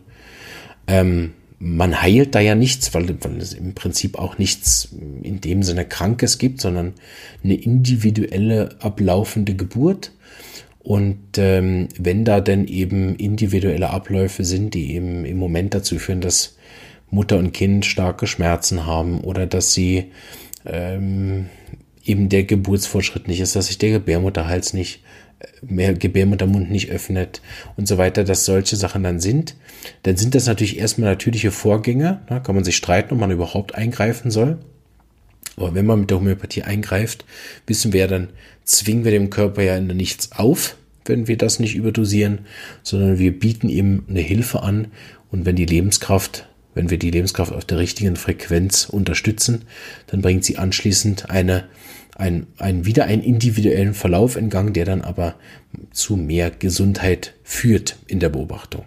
Ähm, man heilt da ja nichts, weil, weil es im Prinzip auch nichts in dem Sinne Krankes gibt, sondern eine individuelle ablaufende Geburt. Und ähm, wenn da denn eben individuelle Abläufe sind, die eben im Moment dazu führen, dass Mutter und Kind starke Schmerzen haben oder dass sie ähm, eben der Geburtsfortschritt nicht ist, dass sich der Gebärmutterhals nicht, mehr Gebärmuttermund nicht öffnet und so weiter, dass solche Sachen dann sind, dann sind das natürlich erstmal natürliche Vorgänge. Da kann man sich streiten, ob man überhaupt eingreifen soll. Aber wenn man mit der Homöopathie eingreift, wissen wir ja, dann zwingen wir dem Körper ja nichts auf, wenn wir das nicht überdosieren, sondern wir bieten ihm eine Hilfe an, und wenn die Lebenskraft Wenn wir die Lebenskraft auf der richtigen Frequenz unterstützen, dann bringt sie anschließend eine, ein, ein, wieder einen individuellen Verlauf in Gang, der dann aber zu mehr Gesundheit führt in der Beobachtung.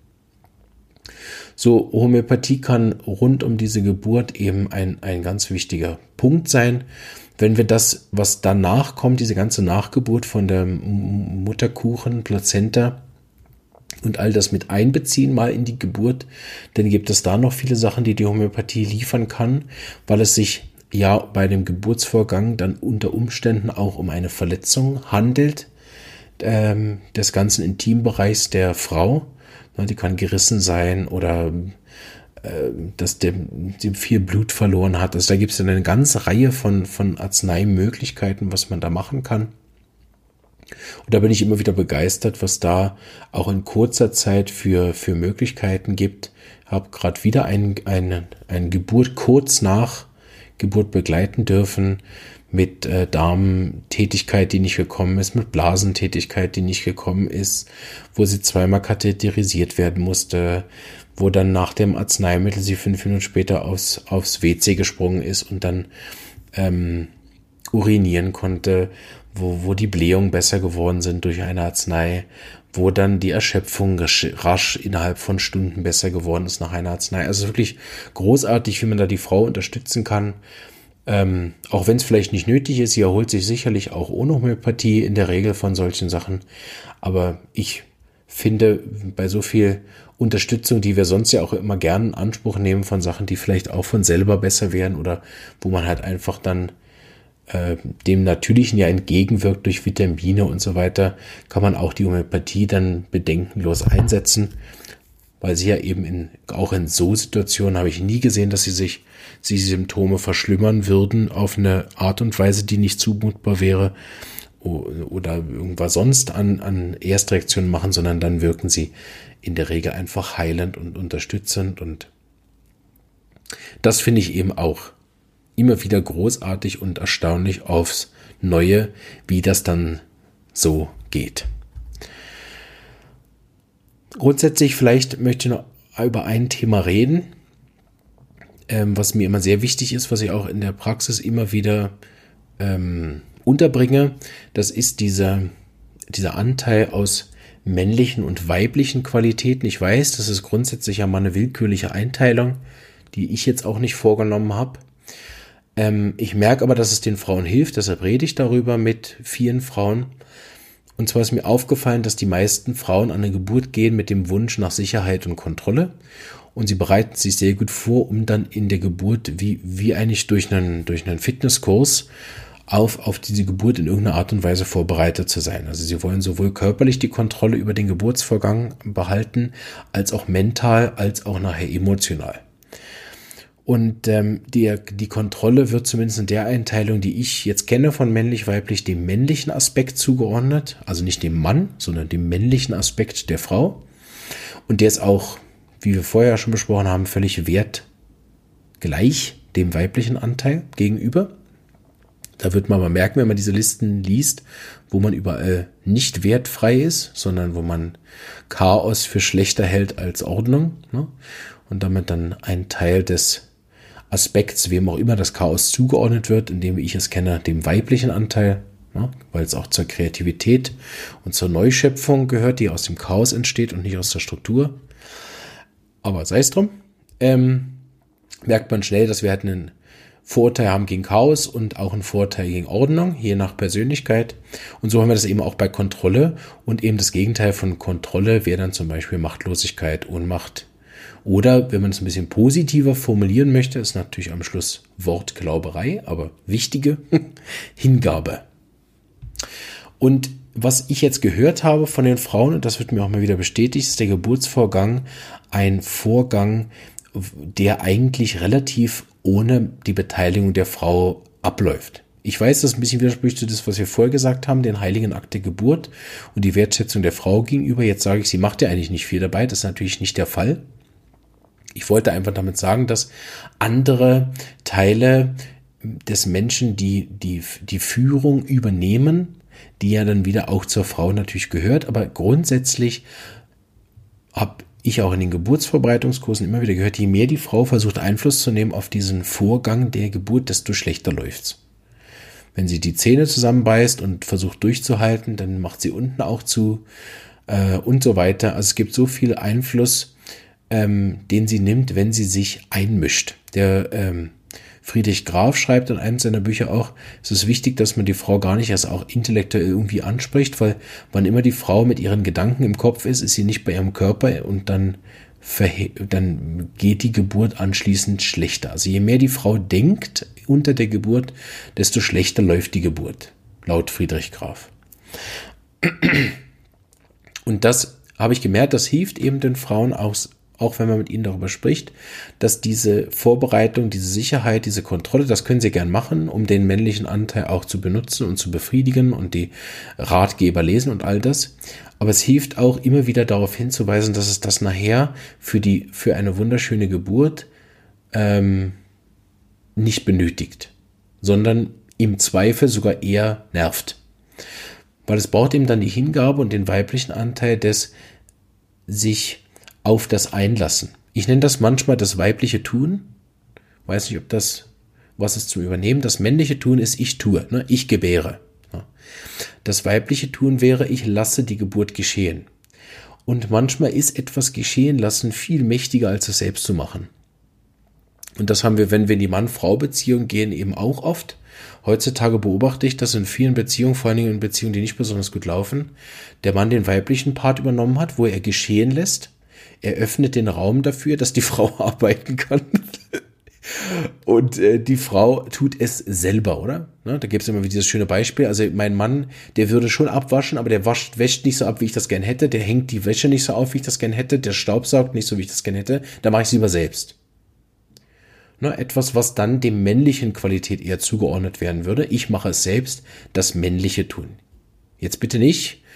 So, Homöopathie kann rund um diese Geburt eben ein, ein ganz wichtiger Punkt sein. Wenn wir das, was danach kommt, diese ganze Nachgeburt von der Mutterkuchen, Plazenta, und all das mit einbeziehen mal in die Geburt, dann gibt es da noch viele Sachen, die die Homöopathie liefern kann, weil es sich ja bei dem Geburtsvorgang dann unter Umständen auch um eine Verletzung handelt, ähm, des ganzen Intimbereichs der Frau. Ja, die kann gerissen sein oder äh, dass der, die viel Blut verloren hat. Also da gibt es dann eine ganze Reihe von, von Arzneimöglichkeiten, was man da machen kann. Und da bin ich immer wieder begeistert, was da auch in kurzer Zeit für, für Möglichkeiten gibt. Ich habe gerade wieder eine ein, ein Geburt kurz nach Geburt begleiten dürfen, mit äh, Darmtätigkeit, die nicht gekommen ist, mit Blasentätigkeit, die nicht gekommen ist, wo sie zweimal katheterisiert werden musste, wo dann nach dem Arzneimittel sie fünf Minuten später aufs, aufs W C gesprungen ist und dann ähm, urinieren konnte, wo, wo die Blähungen besser geworden sind durch eine Arznei, wo dann die Erschöpfung rasch, rasch innerhalb von Stunden besser geworden ist nach einer Arznei. Also wirklich großartig, wie man da die Frau unterstützen kann. Ähm, auch wenn es vielleicht nicht nötig ist, sie erholt sich sicherlich auch ohne Homöopathie in der Regel von solchen Sachen. Aber ich finde, bei so viel Unterstützung, die wir sonst ja auch immer gerne in Anspruch nehmen von Sachen, die vielleicht auch von selber besser werden oder wo man halt einfach dann dem Natürlichen ja entgegenwirkt durch Vitamine und so weiter, kann man auch die Homöopathie dann bedenkenlos einsetzen, weil sie ja eben in, auch in so Situationen habe ich nie gesehen, dass sie sich, sie Symptome verschlimmern würden auf eine Art und Weise, die nicht zumutbar wäre oder irgendwas sonst an, an Erstreaktionen machen, sondern dann wirken sie in der Regel einfach heilend und unterstützend, und das finde ich eben auch immer wieder großartig und erstaunlich aufs neue, wie das dann so geht. Grundsätzlich vielleicht möchte ich noch über ein Thema reden, ähm, was mir immer sehr wichtig ist, was ich auch in der Praxis immer wieder ähm, unterbringe. Das ist dieser, dieser Anteil aus männlichen und weiblichen Qualitäten. Ich weiß, das ist grundsätzlich ja mal eine willkürliche Einteilung, die ich jetzt auch nicht vorgenommen habe. Ähm, ich merke aber, dass es den Frauen hilft, deshalb rede ich darüber mit vielen Frauen. Und zwar ist mir aufgefallen, dass die meisten Frauen an eine Geburt gehen mit dem Wunsch nach Sicherheit und Kontrolle. Und sie bereiten sich sehr gut vor, um dann in der Geburt, wie, wie eigentlich durch einen, durch einen Fitnesskurs, auf, auf diese Geburt in irgendeiner Art und Weise vorbereitet zu sein. Also sie wollen sowohl körperlich die Kontrolle über den Geburtsvorgang behalten, als auch mental, als auch nachher emotional. Und ähm, die, die Kontrolle wird zumindest in der Einteilung, die ich jetzt kenne von männlich-weiblich, dem männlichen Aspekt zugeordnet. Also nicht dem Mann, sondern dem männlichen Aspekt der Frau. Und der ist auch, wie wir vorher schon besprochen haben, völlig wertgleich dem weiblichen Anteil gegenüber. Da wird man mal merken, wenn man diese Listen liest, wo man überall nicht wertfrei ist, sondern wo man Chaos für schlechter hält als Ordnung, ne? Und damit dann ein Teil des Aspekts, wem auch immer das Chaos zugeordnet wird, indem ich es kenne, dem weiblichen Anteil, ja, weil es auch zur Kreativität und zur Neuschöpfung gehört, die aus dem Chaos entsteht und nicht aus der Struktur. Aber sei es drum, ähm, merkt man schnell, dass wir halt einen Vorurteil haben gegen Chaos und auch einen Vorurteil gegen Ordnung, je nach Persönlichkeit. Und so haben wir das eben auch bei Kontrolle. Und eben das Gegenteil von Kontrolle wäre dann zum Beispiel Machtlosigkeit, Ohnmacht. Oder, wenn man es ein bisschen positiver formulieren möchte, ist natürlich am Schluss Wortglauberei, aber wichtige Hingabe. Und was ich jetzt gehört habe von den Frauen, und das wird mir auch mal wieder bestätigt, ist der Geburtsvorgang ein Vorgang, der eigentlich relativ ohne die Beteiligung der Frau abläuft. Ich weiß, das ist ein bisschen widerspricht zu das, was wir vorher gesagt haben, den heiligen Akt der Geburt und die Wertschätzung der Frau gegenüber. Jetzt sage ich, sie macht ja eigentlich nicht viel dabei. Das ist natürlich nicht der Fall. Ich wollte einfach damit sagen, dass andere Teile des Menschen, die die, die Führung übernehmen, die ja dann wieder auch zur Frau natürlich gehört, aber grundsätzlich habe ich auch in den Geburtsvorbereitungskursen immer wieder gehört, je mehr die Frau versucht Einfluss zu nehmen auf diesen Vorgang der Geburt, desto schlechter läuft's. Wenn sie die Zähne zusammenbeißt und versucht durchzuhalten, dann macht sie unten auch zu äh, und so weiter. Also es gibt so viel Einfluss, ähm, den sie nimmt, wenn sie sich einmischt. Der ähm, Friedrich Graf schreibt in einem seiner Bücher auch, es ist wichtig, dass man die Frau gar nicht erst auch intellektuell irgendwie anspricht, weil wann immer die Frau mit ihren Gedanken im Kopf ist, ist sie nicht bei ihrem Körper und dann, dann geht die Geburt anschließend schlechter. Also je mehr die Frau denkt unter der Geburt, desto schlechter läuft die Geburt, laut Friedrich Graf. Und das habe ich gemerkt, das hilft eben den Frauen aus, auch wenn man mit ihnen darüber spricht, dass diese Vorbereitung, diese Sicherheit, diese Kontrolle, das können sie gern machen, um den männlichen Anteil auch zu benutzen und zu befriedigen und die Ratgeber lesen und all das. Aber es hilft auch immer wieder darauf hinzuweisen, dass es das nachher für die, für eine wunderschöne Geburt ähm, nicht benötigt, sondern im Zweifel sogar eher nervt. Weil es braucht eben dann die Hingabe und den weiblichen Anteil des sich auf das Einlassen. Ich nenne das manchmal das weibliche Tun. Weiß nicht, ob das was ist zum Übernehmen. Das männliche Tun ist ich tue, ne? Ich gebäre. Das weibliche Tun wäre, ich lasse die Geburt geschehen. Und manchmal ist etwas geschehen lassen viel mächtiger, als es selbst zu machen. Und das haben wir, wenn wir in die Mann-Frau-Beziehung gehen, eben auch oft. Heutzutage beobachte ich, dass in vielen Beziehungen, vor allen Dingen in Beziehungen, die nicht besonders gut laufen, der Mann den weiblichen Part übernommen hat, wo er geschehen lässt. Er öffnet den Raum dafür, dass die Frau arbeiten kann. Und äh, die Frau tut es selber, oder? Ne, da gibt es immer wieder dieses schöne Beispiel. Also mein Mann, der würde schon abwaschen, aber der wascht, wäscht nicht so ab, wie ich das gern hätte. Der hängt die Wäsche nicht so auf, wie ich das gern hätte. Der staubsaugt nicht so, wie ich das gern hätte. Da mache ich es lieber selbst. Ne, etwas, was dann dem männlichen Qualität eher zugeordnet werden würde. Ich mache es selbst, das männliche Tun. Jetzt bitte nicht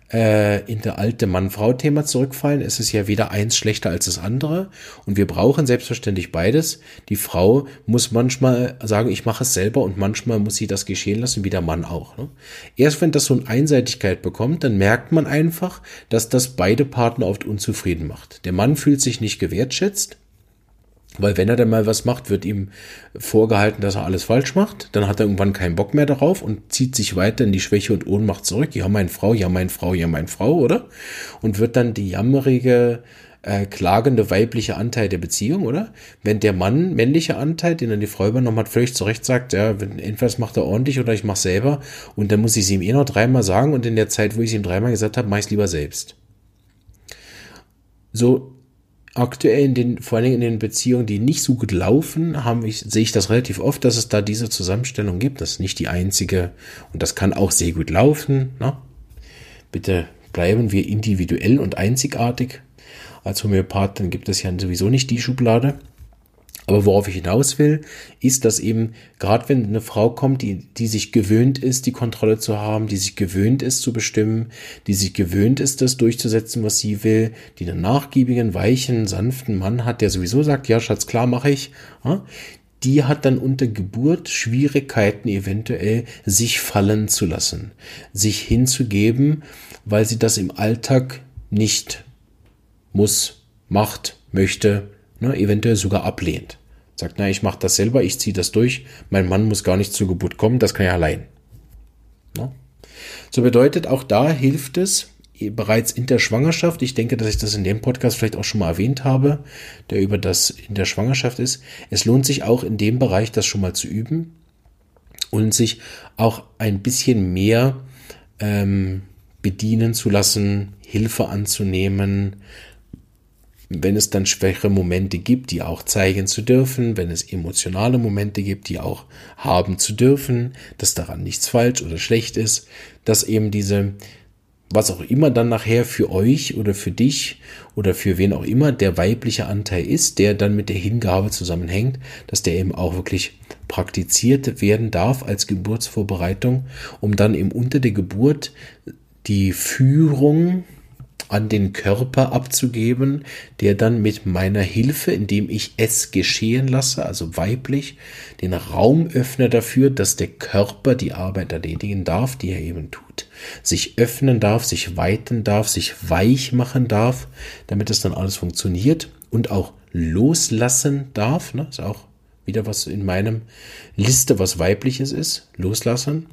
äh, in der alte Mann-Frau-Thema zurückfallen. Es ist ja weder eins schlechter als das andere und wir brauchen selbstverständlich beides. Die Frau muss manchmal sagen, ich mache es selber und manchmal muss sie das geschehen lassen, wie der Mann auch. Ne? Erst wenn das so eine Einseitigkeit bekommt, dann merkt man einfach, dass das beide Partner oft unzufrieden macht. Der Mann fühlt sich nicht gewertschätzt, weil wenn er dann mal was macht, wird ihm vorgehalten, dass er alles falsch macht. Dann hat er irgendwann keinen Bock mehr darauf und zieht sich weiter in die Schwäche und Ohnmacht zurück. Ja, meine Frau, ja, meine Frau, ja, meine Frau, oder? Und wird dann die jammerige, äh, klagende weibliche Anteil der Beziehung, oder? Wenn der Mann, männliche Anteil, den dann die Frau übernommen hat, völlig zurecht sagt, ja, entweder macht er ordentlich oder ich mach's selber. Und dann muss ich es ihm eh noch dreimal sagen und in der Zeit, wo ich es ihm dreimal gesagt habe, mach ich es lieber selbst. So, aktuell in den, vor allen Dingen in den Beziehungen, die nicht so gut laufen, haben ich, sehe ich das relativ oft, dass es da diese Zusammenstellung gibt. Das ist nicht die einzige und das kann auch sehr gut laufen. Ne? Bitte bleiben wir individuell und einzigartig. Als Homöopath, dann gibt es ja sowieso nicht die Schublade. Aber worauf ich hinaus will, ist, dass eben, gerade wenn eine Frau kommt, die, die sich gewöhnt ist, die Kontrolle zu haben, die sich gewöhnt ist zu bestimmen, die sich gewöhnt ist, das durchzusetzen, was sie will, die einen nachgiebigen, weichen, sanften Mann hat, der sowieso sagt, ja, Schatz, klar, mache ich, ja, die hat dann unter Geburt Schwierigkeiten eventuell, sich fallen zu lassen, sich hinzugeben, weil sie das im Alltag nicht muss, macht, möchte, ne, eventuell sogar ablehnt. Sagt, na, ich mache das selber, ich ziehe das durch, mein Mann muss gar nicht zur Geburt kommen, das kann ja allein. Ne? So bedeutet, auch da hilft es, bereits in der Schwangerschaft, ich denke, dass ich das in dem Podcast vielleicht auch schon mal erwähnt habe, der über das in der Schwangerschaft ist, es lohnt sich auch in dem Bereich, das schon mal zu üben und sich auch ein bisschen mehr ähm, bedienen zu lassen, Hilfe anzunehmen, wenn es dann schwächere Momente gibt, die auch zeigen zu dürfen, wenn es emotionale Momente gibt, die auch haben zu dürfen, dass daran nichts falsch oder schlecht ist, dass eben diese, was auch immer dann nachher für euch oder für dich oder für wen auch immer der weibliche Anteil ist, der dann mit der Hingabe zusammenhängt, dass der eben auch wirklich praktiziert werden darf als Geburtsvorbereitung, um dann eben unter der Geburt die Führung an den Körper abzugeben, der dann mit meiner Hilfe, indem ich es geschehen lasse, also weiblich, den Raum öffne dafür, dass der Körper die Arbeit erledigen darf, die er eben tut, sich öffnen darf, sich weiten darf, sich weich machen darf, damit es dann alles funktioniert und auch loslassen darf, ne? Ist auch wieder was in meinem Liste, was weibliches ist, loslassen,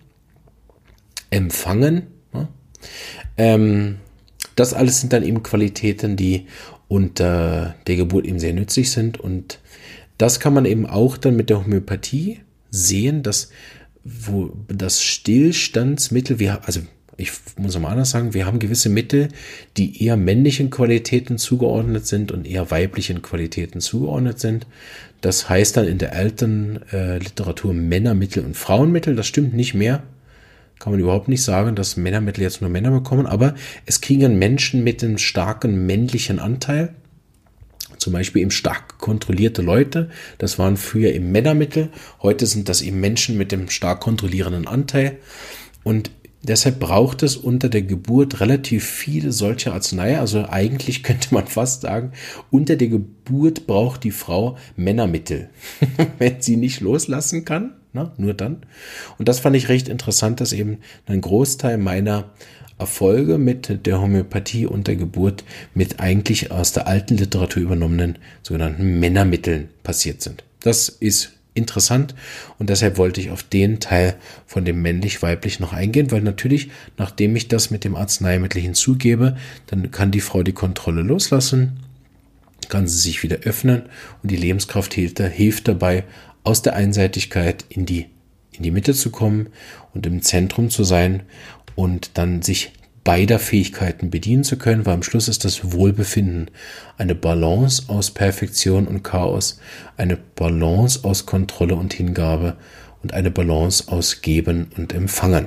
empfangen, ne? ähm, Das alles sind dann eben Qualitäten, die unter der Geburt eben sehr nützlich sind. Und das kann man eben auch dann mit der Homöopathie sehen, dass wo das Stillstandsmittel, wir, also ich muss mal anders sagen, wir haben gewisse Mittel, die eher männlichen Qualitäten zugeordnet sind und eher weiblichen Qualitäten zugeordnet sind. Das heißt dann in der alten äh, Literatur Männermittel und Frauenmittel. Das stimmt nicht mehr. Kann man überhaupt nicht sagen, dass Männermittel jetzt nur Männer bekommen, aber es kriegen Menschen mit einem starken männlichen Anteil, zum Beispiel eben stark kontrollierte Leute, das waren früher eben Männermittel, heute sind das eben Menschen mit dem stark kontrollierenden Anteil und deshalb braucht es unter der Geburt relativ viele solche Arznei, also eigentlich könnte man fast sagen, unter der Geburt braucht die Frau Männermittel, wenn sie nicht loslassen kann. Na, nur dann. Und das fand ich recht interessant, dass eben ein Großteil meiner Erfolge mit der Homöopathie und der Geburt mit eigentlich aus der alten Literatur übernommenen sogenannten Männermitteln passiert sind. Das ist interessant und deshalb wollte ich auf den Teil von dem männlich-weiblich noch eingehen, weil natürlich, nachdem ich das mit dem Arzneimittel hinzugebe, dann kann die Frau die Kontrolle loslassen, kann sie sich wieder öffnen und die Lebenskraft hilft, hilft dabei, aus der Einseitigkeit in die, in die Mitte zu kommen und im Zentrum zu sein und dann sich beider Fähigkeiten bedienen zu können, weil am Schluss ist das Wohlbefinden eine Balance aus Perfektion und Chaos, eine Balance aus Kontrolle und Hingabe und eine Balance aus Geben und Empfangen.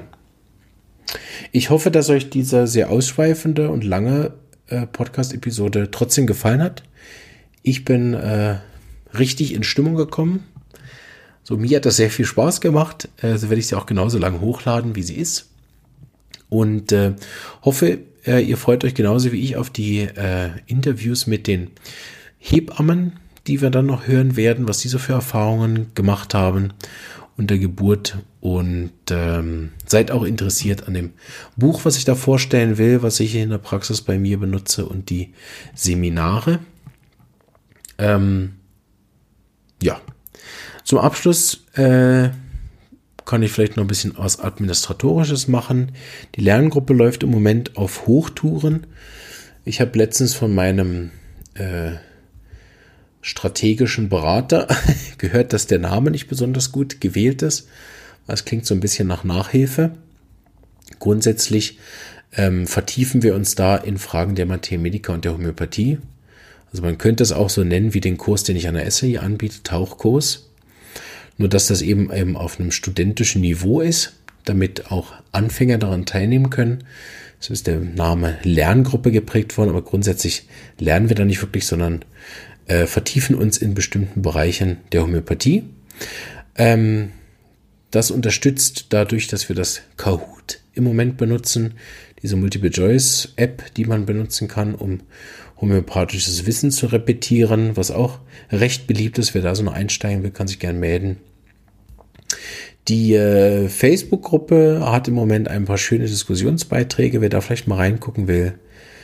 Ich hoffe, dass euch diese sehr ausschweifende und lange äh, Podcast-Episode trotzdem gefallen hat. Ich bin äh, richtig in Stimmung gekommen. So, mir hat das sehr viel Spaß gemacht. Also werde ich sie auch genauso lange hochladen, wie sie ist. Und äh, hoffe, äh, ihr freut euch genauso wie ich auf die äh, Interviews mit den Hebammen, die wir dann noch hören werden, was die so für Erfahrungen gemacht haben unter Geburt. Und ähm, seid auch interessiert an dem Buch, was ich da vorstellen will, was ich in der Praxis bei mir benutze, und die Seminare. Ähm, ja, zum Abschluss äh, kann ich vielleicht noch ein bisschen was Administratorisches machen. Die Lerngruppe läuft im Moment auf Hochtouren. Ich habe letztens von meinem äh, strategischen Berater gehört, dass der Name nicht besonders gut gewählt ist. Das klingt so ein bisschen nach Nachhilfe. Grundsätzlich ähm, vertiefen wir uns da in Fragen der Materia Medica und der Homöopathie. Also man könnte es auch so nennen wie den Kurs, den ich an der S A I anbiete, Tauchkurs. Nur dass das eben, eben auf einem studentischen Niveau ist, damit auch Anfänger daran teilnehmen können. So ist der Name Lerngruppe geprägt worden, aber grundsätzlich lernen wir da nicht wirklich, sondern äh, vertiefen uns in bestimmten Bereichen der Homöopathie. Ähm, das unterstützt dadurch, dass wir das Kahoot im Moment benutzen, diese Multiple-Choice-App, die man benutzen kann, um homöopathisches Wissen zu repetieren, was auch recht beliebt ist. Wer da so noch einsteigen will, kann sich gerne melden. Die äh, Facebook-Gruppe hat im Moment ein paar schöne Diskussionsbeiträge, wer da vielleicht mal reingucken will.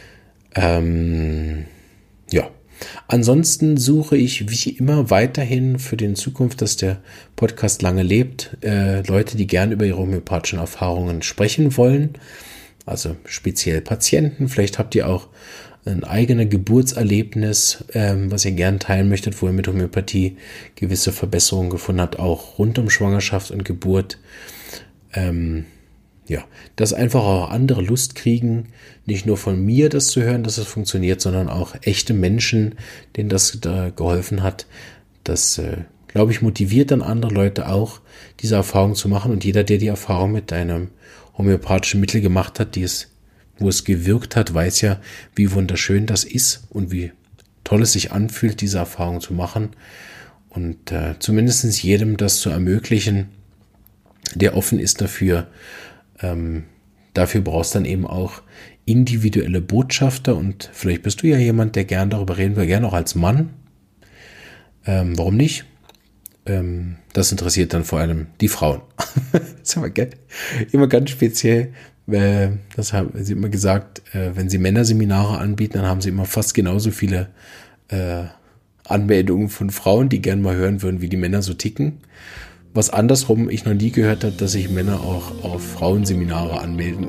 Ähm, ja. Ansonsten suche ich wie immer weiterhin für die Zukunft, dass der Podcast lange lebt, äh, Leute, die gern über ihre homöopathischen Erfahrungen sprechen wollen. Also speziell Patienten. Vielleicht habt ihr auch ein eigenes Geburtserlebnis, ähm, was ihr gern teilen möchtet, wo ihr mit Homöopathie gewisse Verbesserungen gefunden habt, auch rund um Schwangerschaft und Geburt. Ähm, ja, dass einfach auch andere Lust kriegen, nicht nur von mir das zu hören, dass es funktioniert, sondern auch echte Menschen, denen das da geholfen hat. Das, äh, glaube ich, motiviert dann andere Leute auch, diese Erfahrung zu machen. Und jeder, der die Erfahrung mit einem homöopathischen Mittel gemacht hat, die es, wo es gewirkt hat, weiß ja, wie wunderschön das ist und wie toll es sich anfühlt, diese Erfahrung zu machen. Und äh, zumindest jedem das zu ermöglichen, der offen ist dafür. Ähm, dafür brauchst du dann eben auch individuelle Botschafter, und vielleicht bist du ja jemand, der gern darüber reden will, gern auch als Mann. Ähm, warum nicht? Ähm, das interessiert dann vor allem die Frauen. Das ist aber geil. Immer ganz speziell. Äh, das haben sie immer gesagt, äh, wenn sie Männerseminare anbieten, dann haben sie immer fast genauso viele äh, Anmeldungen von Frauen, die gern mal hören würden, wie die Männer so ticken. Was andersrum ich noch nie gehört habe, dass sich Männer auch auf Frauenseminare anmelden.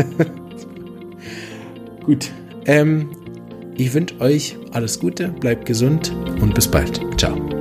Gut, ähm, ich wünsche euch alles Gute, bleibt gesund und bis bald. Ciao.